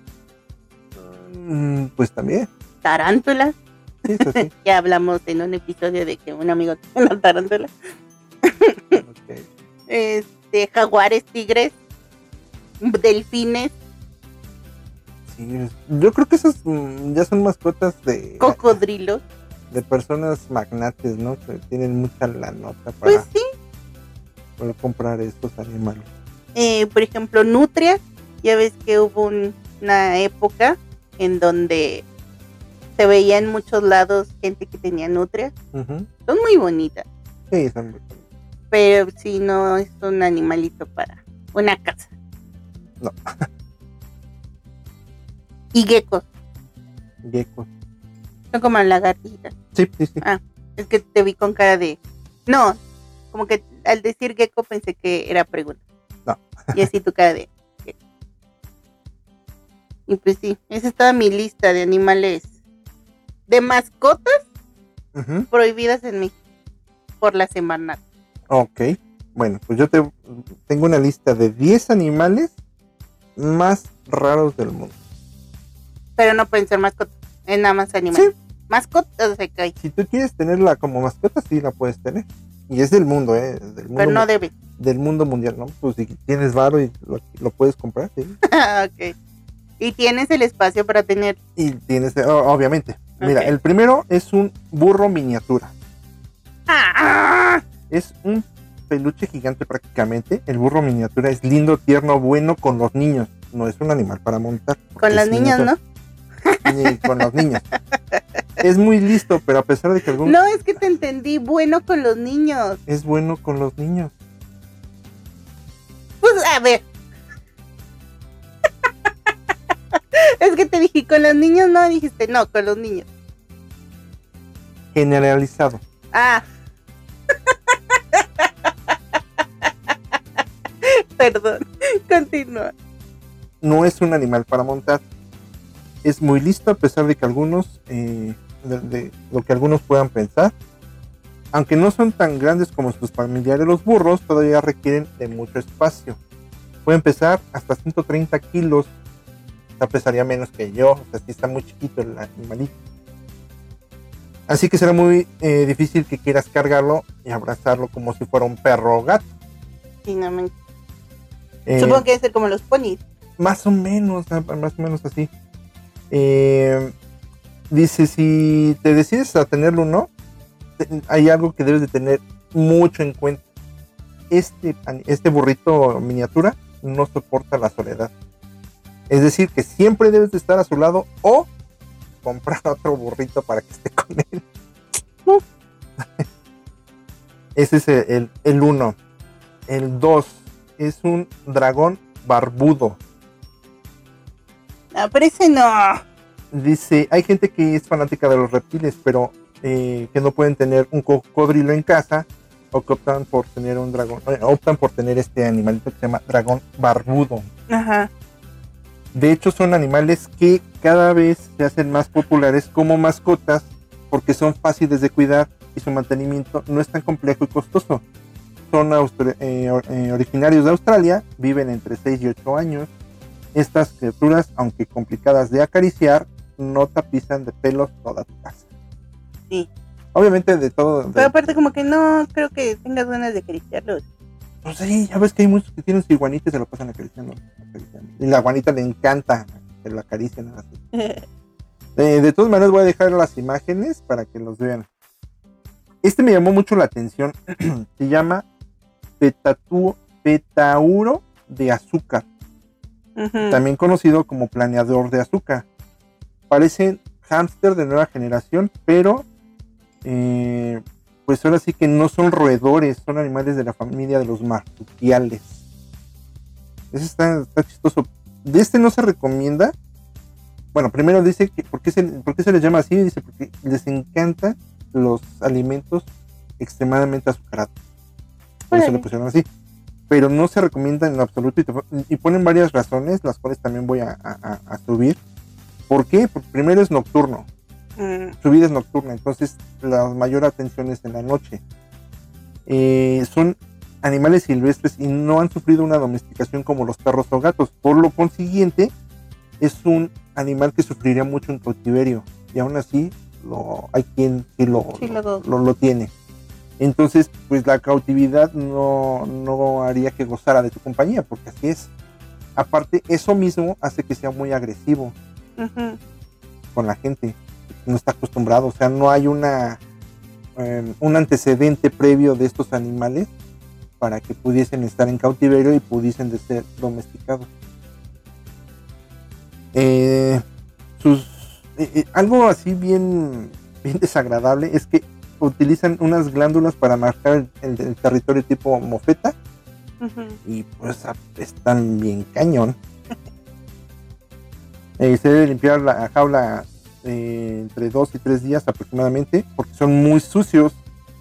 Pues también. tarántulas. Sí, eso sí. Ya hablamos en un episodio de que un amigo tiene una tarántula. Okay. Jaguares, tigres, delfines, Sí, yo creo que esas ya son mascotas cocodrilos. de personas magnates, ¿no? Que tienen mucha la nota Pues para sí. poder comprar estos animales. Por ejemplo, nutrias. Ya ves que hubo una época en donde se veía en muchos lados gente que tenía nutrias. Uh-huh. Son muy bonitas, Sí, son muy bonitas. pero si no es un animalito para una casa. No. Y geckos, Geckos. son como lagartitas. Sí, sí, sí. Es que te vi con cara de... No, como que al decir gecko pensé que era pregunta. No. Y así tu cara de... gecko. Y pues sí, esa es toda mi lista de animales, de mascotas Uh-huh. prohibidas en México por la semana. Ok, bueno, pues yo tengo una lista de 10 animales más raros del mundo. Pero no pueden ser mascotas, es nada más animales. Sí. Mascotas se cae, Si tú quieres tenerla como mascota, sí la puedes tener. Y es del mundo, del mundo, pero no debe. del mundo mundial, ¿no? Pues si tienes varo y lo puedes comprar, sí. Ok. Y tienes el espacio para tener. Y tienes, obviamente. Mira, Ok. el primero es un burro miniatura. ¡Ah! Es un peluche gigante prácticamente. El burro miniatura es lindo, tierno, bueno con los niños. No es un animal para montar. Con las niñas, ¿no? Ni con los niños. Es muy listo, pero a pesar de que algún... No, es que te entendí, bueno con los niños. Es bueno con los niños. Pues a ver. Es que te dije, con los niños no, dijiste, no, con los niños. Generalizado. Ah. Perdón, continúa. No es un animal para montar. Es muy listo a pesar de que algunos, de lo que algunos puedan pensar. Aunque no son tan grandes como sus familiares los burros, todavía requieren de mucho espacio. Pueden pesar hasta 130 kilos. O sea, pesaría menos que yo. O sea, sí está muy chiquito el animalito. Así que será muy difícil que quieras cargarlo y abrazarlo como si fuera un perro o gato. Sí, no me... Supongo que debe ser como los ponis. Más o menos así. Dice, si te decides a tenerlo o no, hay algo que debes de tener mucho en cuenta. Este burrito miniatura no soporta la soledad. Es decir, que siempre debes de estar a su lado o comprar otro burrito para que esté con él. Ese es el 1. El 2 es un dragón barbudo. No, pero ese no. Dice, hay gente que es fanática de los reptiles, pero que no pueden tener un cocodrilo en casa o que optan por tener un dragón, optan por tener este animalito que se llama dragón barbudo. Ajá. De hecho, son animales que cada vez se hacen más populares como mascotas porque son fáciles de cuidar y su mantenimiento no es tan complejo y costoso. Son originarios de Australia, viven entre 6 y 8 años. Estas criaturas, aunque complicadas de acariciar, no tapizan de pelos toda tu casa. Sí. Obviamente de todo. Pero aparte como que no creo que tengas ganas de acariciarlos. Pues sí, ya ves que hay muchos que tienen su iguanita y se lo pasan acariciando. Y la guanita le encanta que lo acaricien así. De todas maneras voy a dejar las imágenes para que los vean. Este me llamó mucho la atención. Se llama petauro de azúcar. Uh-huh. También conocido como planeador de azúcar. Parecen hámster de nueva generación, pero pues ahora sí que no son roedores, son animales de la familia de los marsupiales. Eso está chistoso. De este no se recomienda. Bueno, primero dice que ¿por qué se les llama así? Dice porque les encantan los alimentos extremadamente azucarados. Por eso le pusieron así. Pero no se recomienda en absoluto y ponen varias razones, las cuales también voy a subir. ¿Por qué? Porque primero es nocturno. Su vida es nocturna, entonces la mayor atención es en la noche. Son animales silvestres y no han sufrido una domesticación como los perros o gatos. Por lo consiguiente, es un animal que sufriría mucho en cautiverio. Y aún así, hay quien sí lo tiene. Entonces, pues la cautividad no haría que gozara de tu compañía, porque así es. Aparte, eso mismo hace que sea muy agresivo con la gente. No está acostumbrado, o sea, no hay un antecedente previo de estos animales para que pudiesen estar en cautiverio y pudiesen de ser domesticados. Algo así bien desagradable es que utilizan unas glándulas para marcar el territorio tipo mofeta y pues están bien cañón. Se debe limpiar la jaula entre 2 y 3 días aproximadamente porque son muy sucios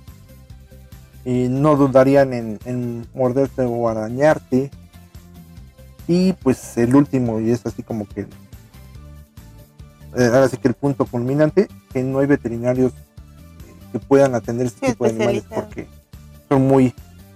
y no dudarían en morderte o arañarte. Y pues el último, y es así como que ahora sí que el punto culminante, que no hay veterinarios que puedan atender este tipo de animales porque son muy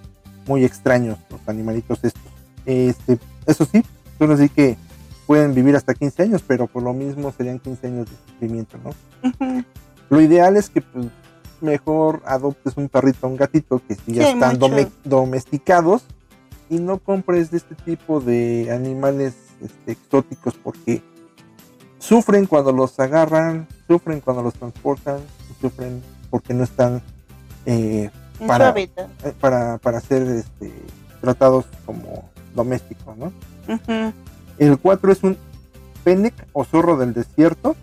muy extraños los animalitos estos. Eso sí, son así que pueden vivir hasta 15 años, pero por lo mismo serían 15 años de sufrimiento, ¿no? Ujú. Lo ideal es que pues, mejor adoptes un perrito o un gatito que sí ya Sí, están mucho. domesticados y no compres de este tipo de animales exóticos porque sufren cuando los agarran, sufren cuando los transportan, sufren porque no están En su para, hábitat. para ser tratados como domésticos, ¿no? Ujú. El 4 es un Fennec o zorro del desierto,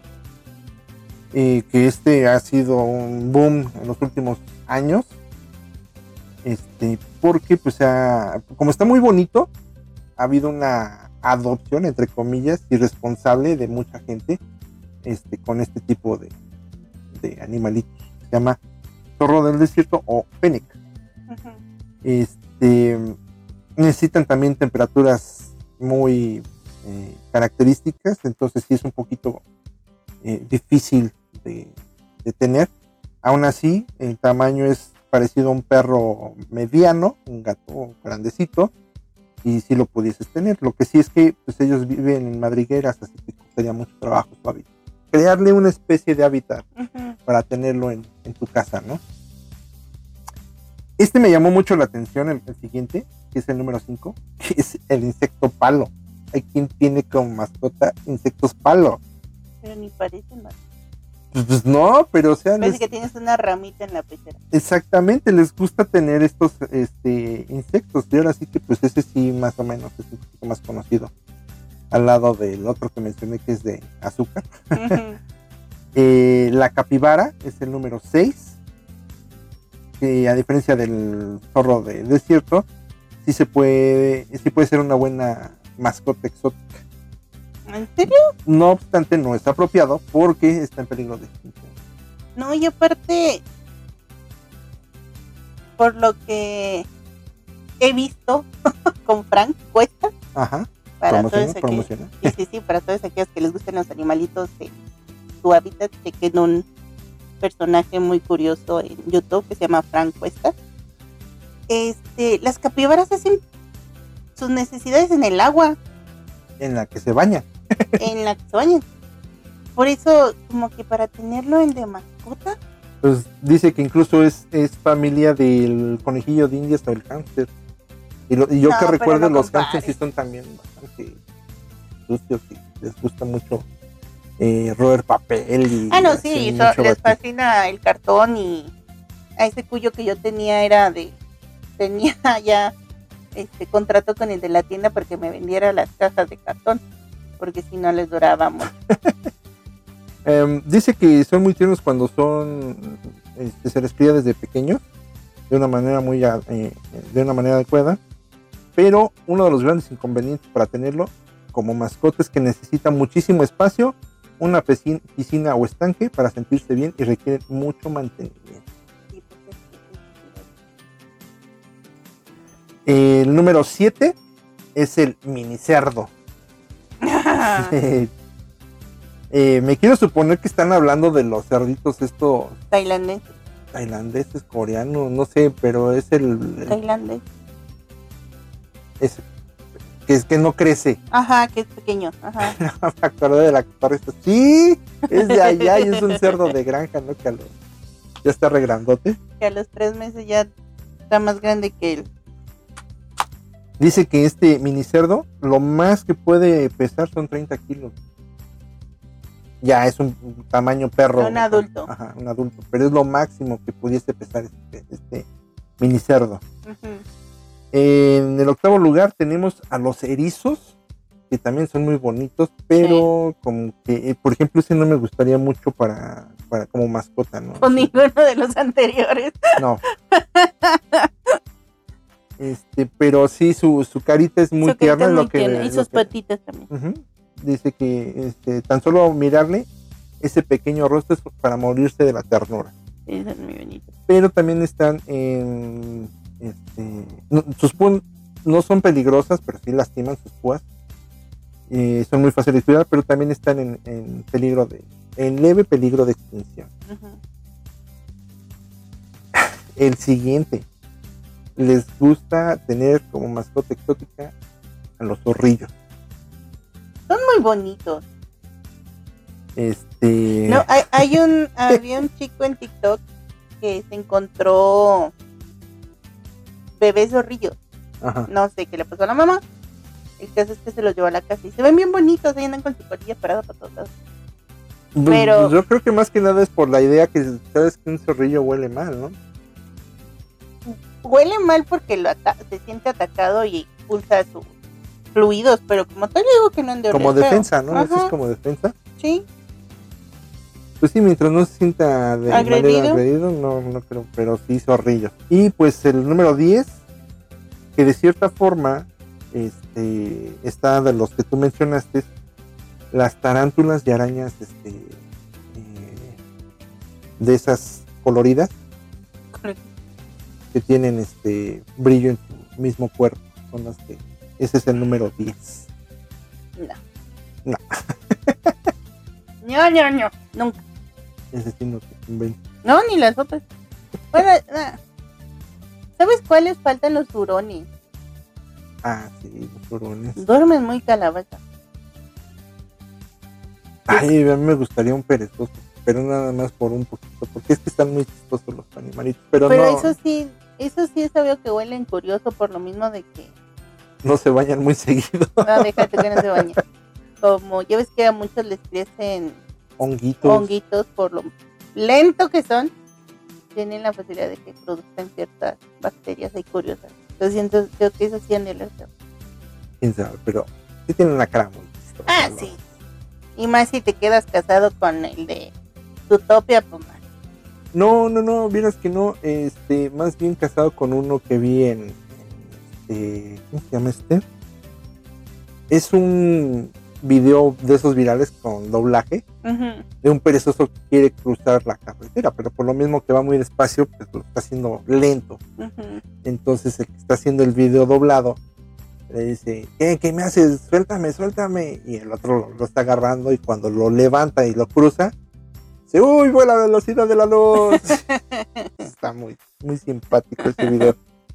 que ha sido un boom en los últimos años, porque pues como está muy bonito, ha habido una adopción, entre comillas, irresponsable de mucha gente con este tipo de animalitos. Se llama zorro del desierto o Fennec. Ujú. Necesitan también temperaturas muy características, entonces sí es un poquito difícil de tener. Aún así, el tamaño es parecido a un perro mediano, un gato grandecito, y si lo pudieses tener. Lo que sí es que pues, ellos viven en madrigueras, así que costaría mucho trabajo su hábitat. Crearle una especie de hábitat Ujú. para tenerlo en tu casa, ¿no? Me llamó mucho la atención, el siguiente, que es el número 5, que es el insecto palo. Hay quien tiene como mascota insectos palo. Pero ni parecen más. Pues no, pero o sea, Parece que tienes una ramita en la pechera. exactamente, les gusta tener estos insectos. Y ahora sí que pues ese sí más o menos es un poquito más conocido. Al lado del otro que mencioné que es de azúcar. Ujú. La capibara es el número 6. Que a diferencia del zorro de desierto, sí puede ser una buena mascota exótica. ¿En serio? No obstante, no está apropiado porque está en peligro de extinción. No, y aparte, por lo que he visto con Frank Cuesta, Ajá, para todos promociona. sí, para todos aquellos que les gusten los animalitos de su hábitat, chequen un personaje muy curioso en YouTube que se llama Frank Cuesta. Las capibaras hacen sus necesidades en el agua, En la que se baña. en la que se bañan. Por eso, como que para tenerlo en de mascota. Pues dice que incluso es familia del conejillo de Indias o el hámster. Y yo No, que pero recuerdo, no los compares. hámsters sí son también bastante sucios y les gusta mucho roer papel y No, hacen sí, mucho les batir. fascina el cartón y a ese cuyo que yo tenía tenía ya contrato con el de la tienda porque me vendiera las cajas de cartón, porque si no les duraba mucho. Dice que son muy tiernos cuando se les cría desde pequeños de una manera de una manera adecuada, pero uno de los grandes inconvenientes para tenerlo como mascota es que necesita muchísimo espacio, una piscina o estanque para sentirse bien y requiere mucho mantenimiento. Sí, porque El número 7 es el mini cerdo. Me quiero suponer que están hablando de los cerditos estos tailandés. tailandeses, coreanos, no sé, pero es Tailandés. Es que no crece. Ajá, que es pequeño. Ajá. Me acordé de la torreta. Sí, es de allá y es un cerdo de granja, ¿no? Ya está re grandote. Que a los 3 meses ya está más grande que él. Dice que este mini cerdo, lo más que puede pesar son 30 kilos. Ya es un tamaño perro. Un adulto. Ajá, un adulto. Pero es lo máximo que pudiese pesar este mini cerdo. Uh-huh. En el 8º lugar tenemos a los erizos, que también son muy bonitos, pero sí, como que, por ejemplo, ese no me gustaría mucho para como mascota, ¿no? Con ninguno de los anteriores. No. Pero sí, su carita es muy tierna. Es muy tierna. Y sus patitas también. Uh-huh. Dice que tan solo mirarle ese pequeño rostro es para morirse de la ternura. Sí, son muy bonitos. Pero también están en... sus púas no son peligrosas, pero sí lastiman sus púas. Son muy fáciles de cuidar, pero también están en leve peligro de extinción. Uh-huh. El siguiente, les gusta tener como mascota exótica a los zorrillos. Son muy bonitos. No, Había un chico en TikTok que se encontró bebés zorrillos. Ajá. No sé qué le pasó a la mamá. El caso es que se los llevó a la casa y se ven bien bonitos, ahí andan con su colilla parada para todos lados. Pero pues yo creo que más que nada es por la idea que sabes que un zorrillo huele mal, ¿no? huele mal porque se siente atacado y expulsa sus fluidos, pero como tal digo que no han de oler Como feo. defensa, ¿no? Ajá. Eso es como defensa. Sí. Pues sí, mientras no se sienta de manera agredido, no creo, pero sí zorrillo. Y pues el número 10, que de cierta forma está de los que tú mencionaste, las tarántulas y arañas de esas coloridas que tienen brillo en tu mismo cuerpo. Son las que, ese es el número 10. No. No. No, nunca. Ese sí no te convence. No, ni las otras. Bueno, ¿sabes cuáles faltan? Los hurones. Ah, sí, los hurones. Duermen muy calabaza. Ay, a mí me gustaría un perezoso, pero nada más por un poquito, porque es que están muy chistosos los animalitos, pero no, eso sí he sabido que huelen curioso por lo mismo de que no se bañan muy seguido. no, déjate que no se bañen. Como ya ves que a muchos les crecen honguitos por lo lento que son, tienen la facilidad de que produzcan ciertas bacterias ahí curiosas. Entonces creo que eso sí han de oler feo. Quién sabe, pero sí tienen la cara muy chistosa. Ah, ¿no? Sí. Y más si te quedas casado con el de Zootopia, pues más. No, vieras que no, más bien casado con uno que vi en ¿cómo se llama Es un video de esos virales con doblaje, uh-huh, de un perezoso que quiere cruzar la carretera, pero por lo mismo que va muy despacio, pues lo está haciendo lento. Uh-huh. Entonces el que está haciendo el video doblado le dice, ¿qué me haces? Suéltame. Y el otro lo está agarrando y cuando lo levanta y lo cruza, dice, ¡uy, voy a la velocidad de la luz! Está muy, muy simpático ese video.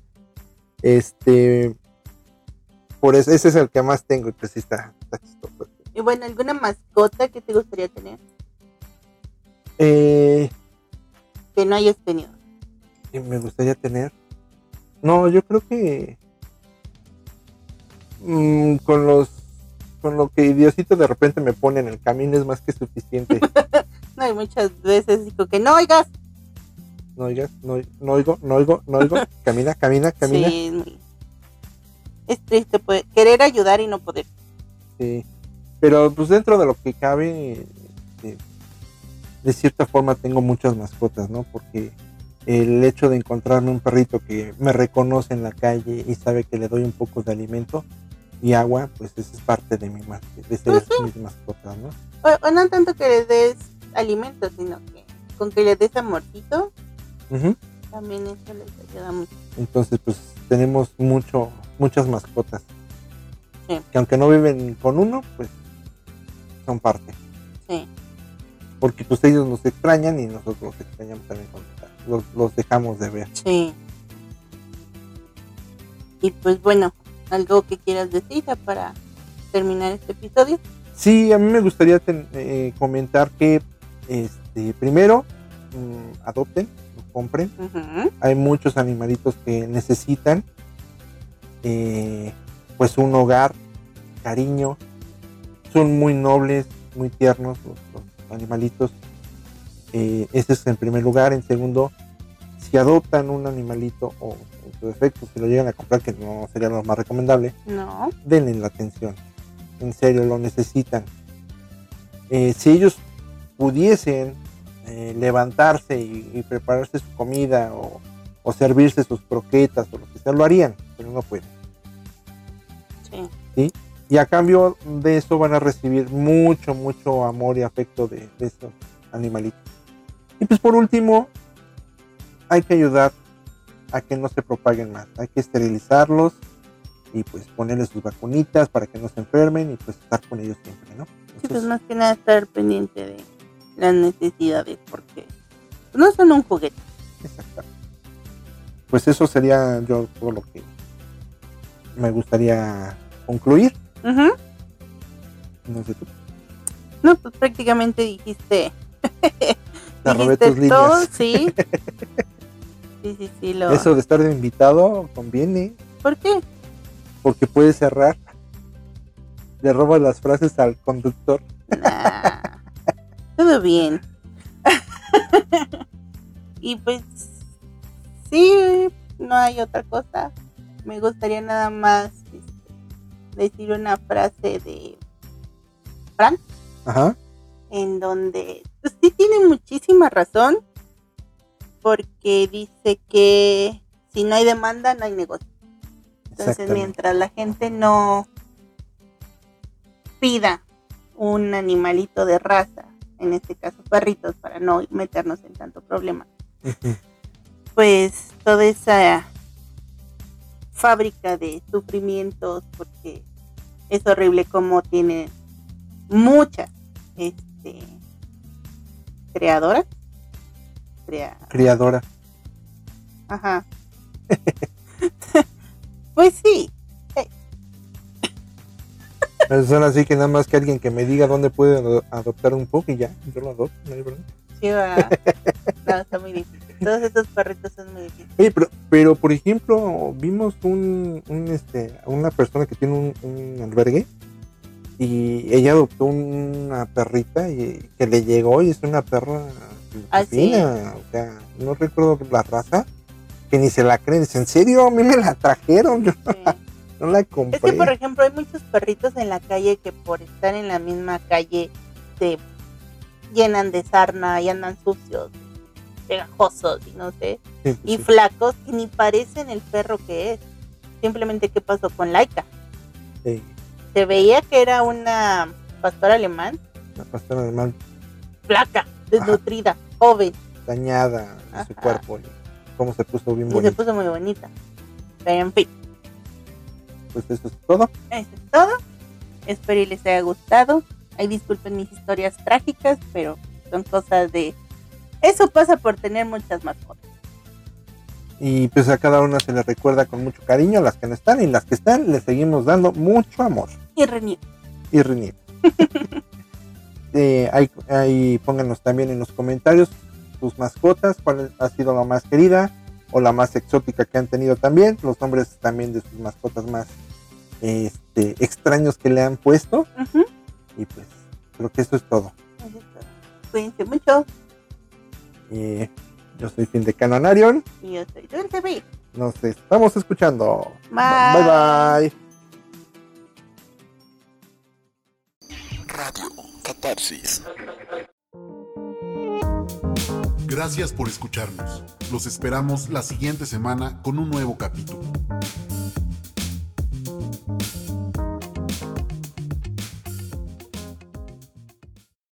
Por eso, ese es el que más tengo y pues sí está chistoso. Y bueno, ¿alguna mascota que te gustaría tener? Que no hayas tenido. Que me gustaría tener. No, yo creo que con lo que Diosito de repente me pone en el camino es más que suficiente. No, hay muchas veces digo que no oigas. No oigo. Camina. Sí, es triste querer ayudar y no poder. Sí, pero pues dentro de lo que cabe, de cierta forma tengo muchas mascotas, ¿no? Porque el hecho de encontrarme un perrito que me reconoce en la calle y sabe que le doy un poco de alimento y agua, pues eso es parte de mis mascotas, ¿no? O no tanto que le des alimento, sino que con que le des amorcito, uh-huh, también eso les ayuda mucho. Entonces pues tenemos muchas mascotas, sí, que aunque no viven con uno, pues son parte. Sí. Porque pues ellos nos extrañan y nosotros los extrañamos también cuando los dejamos de ver. Sí. Y pues bueno, algo que quieras decir para terminar este episodio. Sí, a mí me gustaría comentar que primero adopten, compren. Uh-huh. Hay muchos animalitos que necesitan pues un hogar, cariño. Son muy nobles, muy tiernos los animalitos. Ese es en primer lugar. En segundo, si adoptan un animalito o en su defecto si lo llegan a comprar, que no sería lo más recomendable, no, denle la atención, en serio lo necesitan. Si ellos pudiesen levantarse y prepararse su comida o servirse sus croquetas o lo que sea, lo harían, pero no pueden. ¿Sí? Y a cambio de eso van a recibir mucho amor y afecto de estos animalitos. Y pues por último, hay que ayudar a que no se propaguen más. Hay que esterilizarlos y pues ponerles sus vacunitas para que no se enfermen y pues estar con ellos siempre, ¿no? Entonces, sí, pues más que nada estar pendiente de las necesidades porque no son un juguete. Exactamente. pues eso sería yo todo lo que me gustaría concluir. Ujú. No sé tú. No, pues prácticamente dijiste. Te robé dijiste tus todo, líneas. sí. Sí, lo. Eso de estar de invitado conviene, ¿Por qué? porque puedes cerrar. Le robas las frases al conductor. Nah, todo bien. Y pues sí, no hay otra cosa. Me gustaría nada más decir una frase de Fran, Ajá. en donde pues, sí tiene muchísima razón, porque dice que si no hay demanda, no hay negocio. Entonces, Exactamente. mientras la gente no pida un animalito de raza, en este caso perritos, para no meternos en tanto problema, Ujú. pues toda esa fábrica de sufrimientos, porque es horrible como tiene muchas creadoras, Criadora. ajá. Pues sí, Son así que nada más que alguien que me diga dónde puede adoptar un pug y ya, yo lo adopto, no hay problema. sí va. No, está muy difícil. Todos estos perritos son muy difíciles. Oye, pero por ejemplo, vimos una persona que tiene un albergue y ella adoptó una perrita y que le llegó y es una perra Ah, fina, o sea, no recuerdo la raza, que ni se la creen. Dice, ¿en serio? A mí me la trajeron, yo Sí. no la Es compré. que, por ejemplo, hay muchos perritos en la calle que por estar en la misma calle se llenan de sarna y andan sucios, pegajosos y no sé, Sí, pues y sí. flacos que ni parecen el perro que es. Simplemente, ¿qué pasó con Laika? Sí, Se veía que era una pastora alemán, la pastora alemán flaca, desnutrida, joven, dañada en su Ajá. cuerpo y cómo se puso bien y se bonita. puso muy bonita. Pero en fin, Pues eso es todo. eso es todo. Espero y les haya gustado. Ay, disculpen mis historias trágicas, pero son cosas de... Eso pasa por tener muchas mascotas. Y pues a cada una se le recuerda con mucho cariño, las que no están, y las que están les seguimos dando mucho amor Y Renier. y reñir. Ahí pónganos también en los comentarios sus mascotas, cuál ha sido la más querida o la más exótica que han tenido también, los nombres también de sus mascotas más extraños que le han puesto. Ujú. Y pues creo que eso es todo. Eso es todo. Cuídense mucho. Yo soy Fin de Canonarion. Y yo soy Dulce B. Nos estamos escuchando. Bye. Bye. Radio Catarsis. Gracias por escucharnos. Los esperamos la siguiente semana con un nuevo capítulo.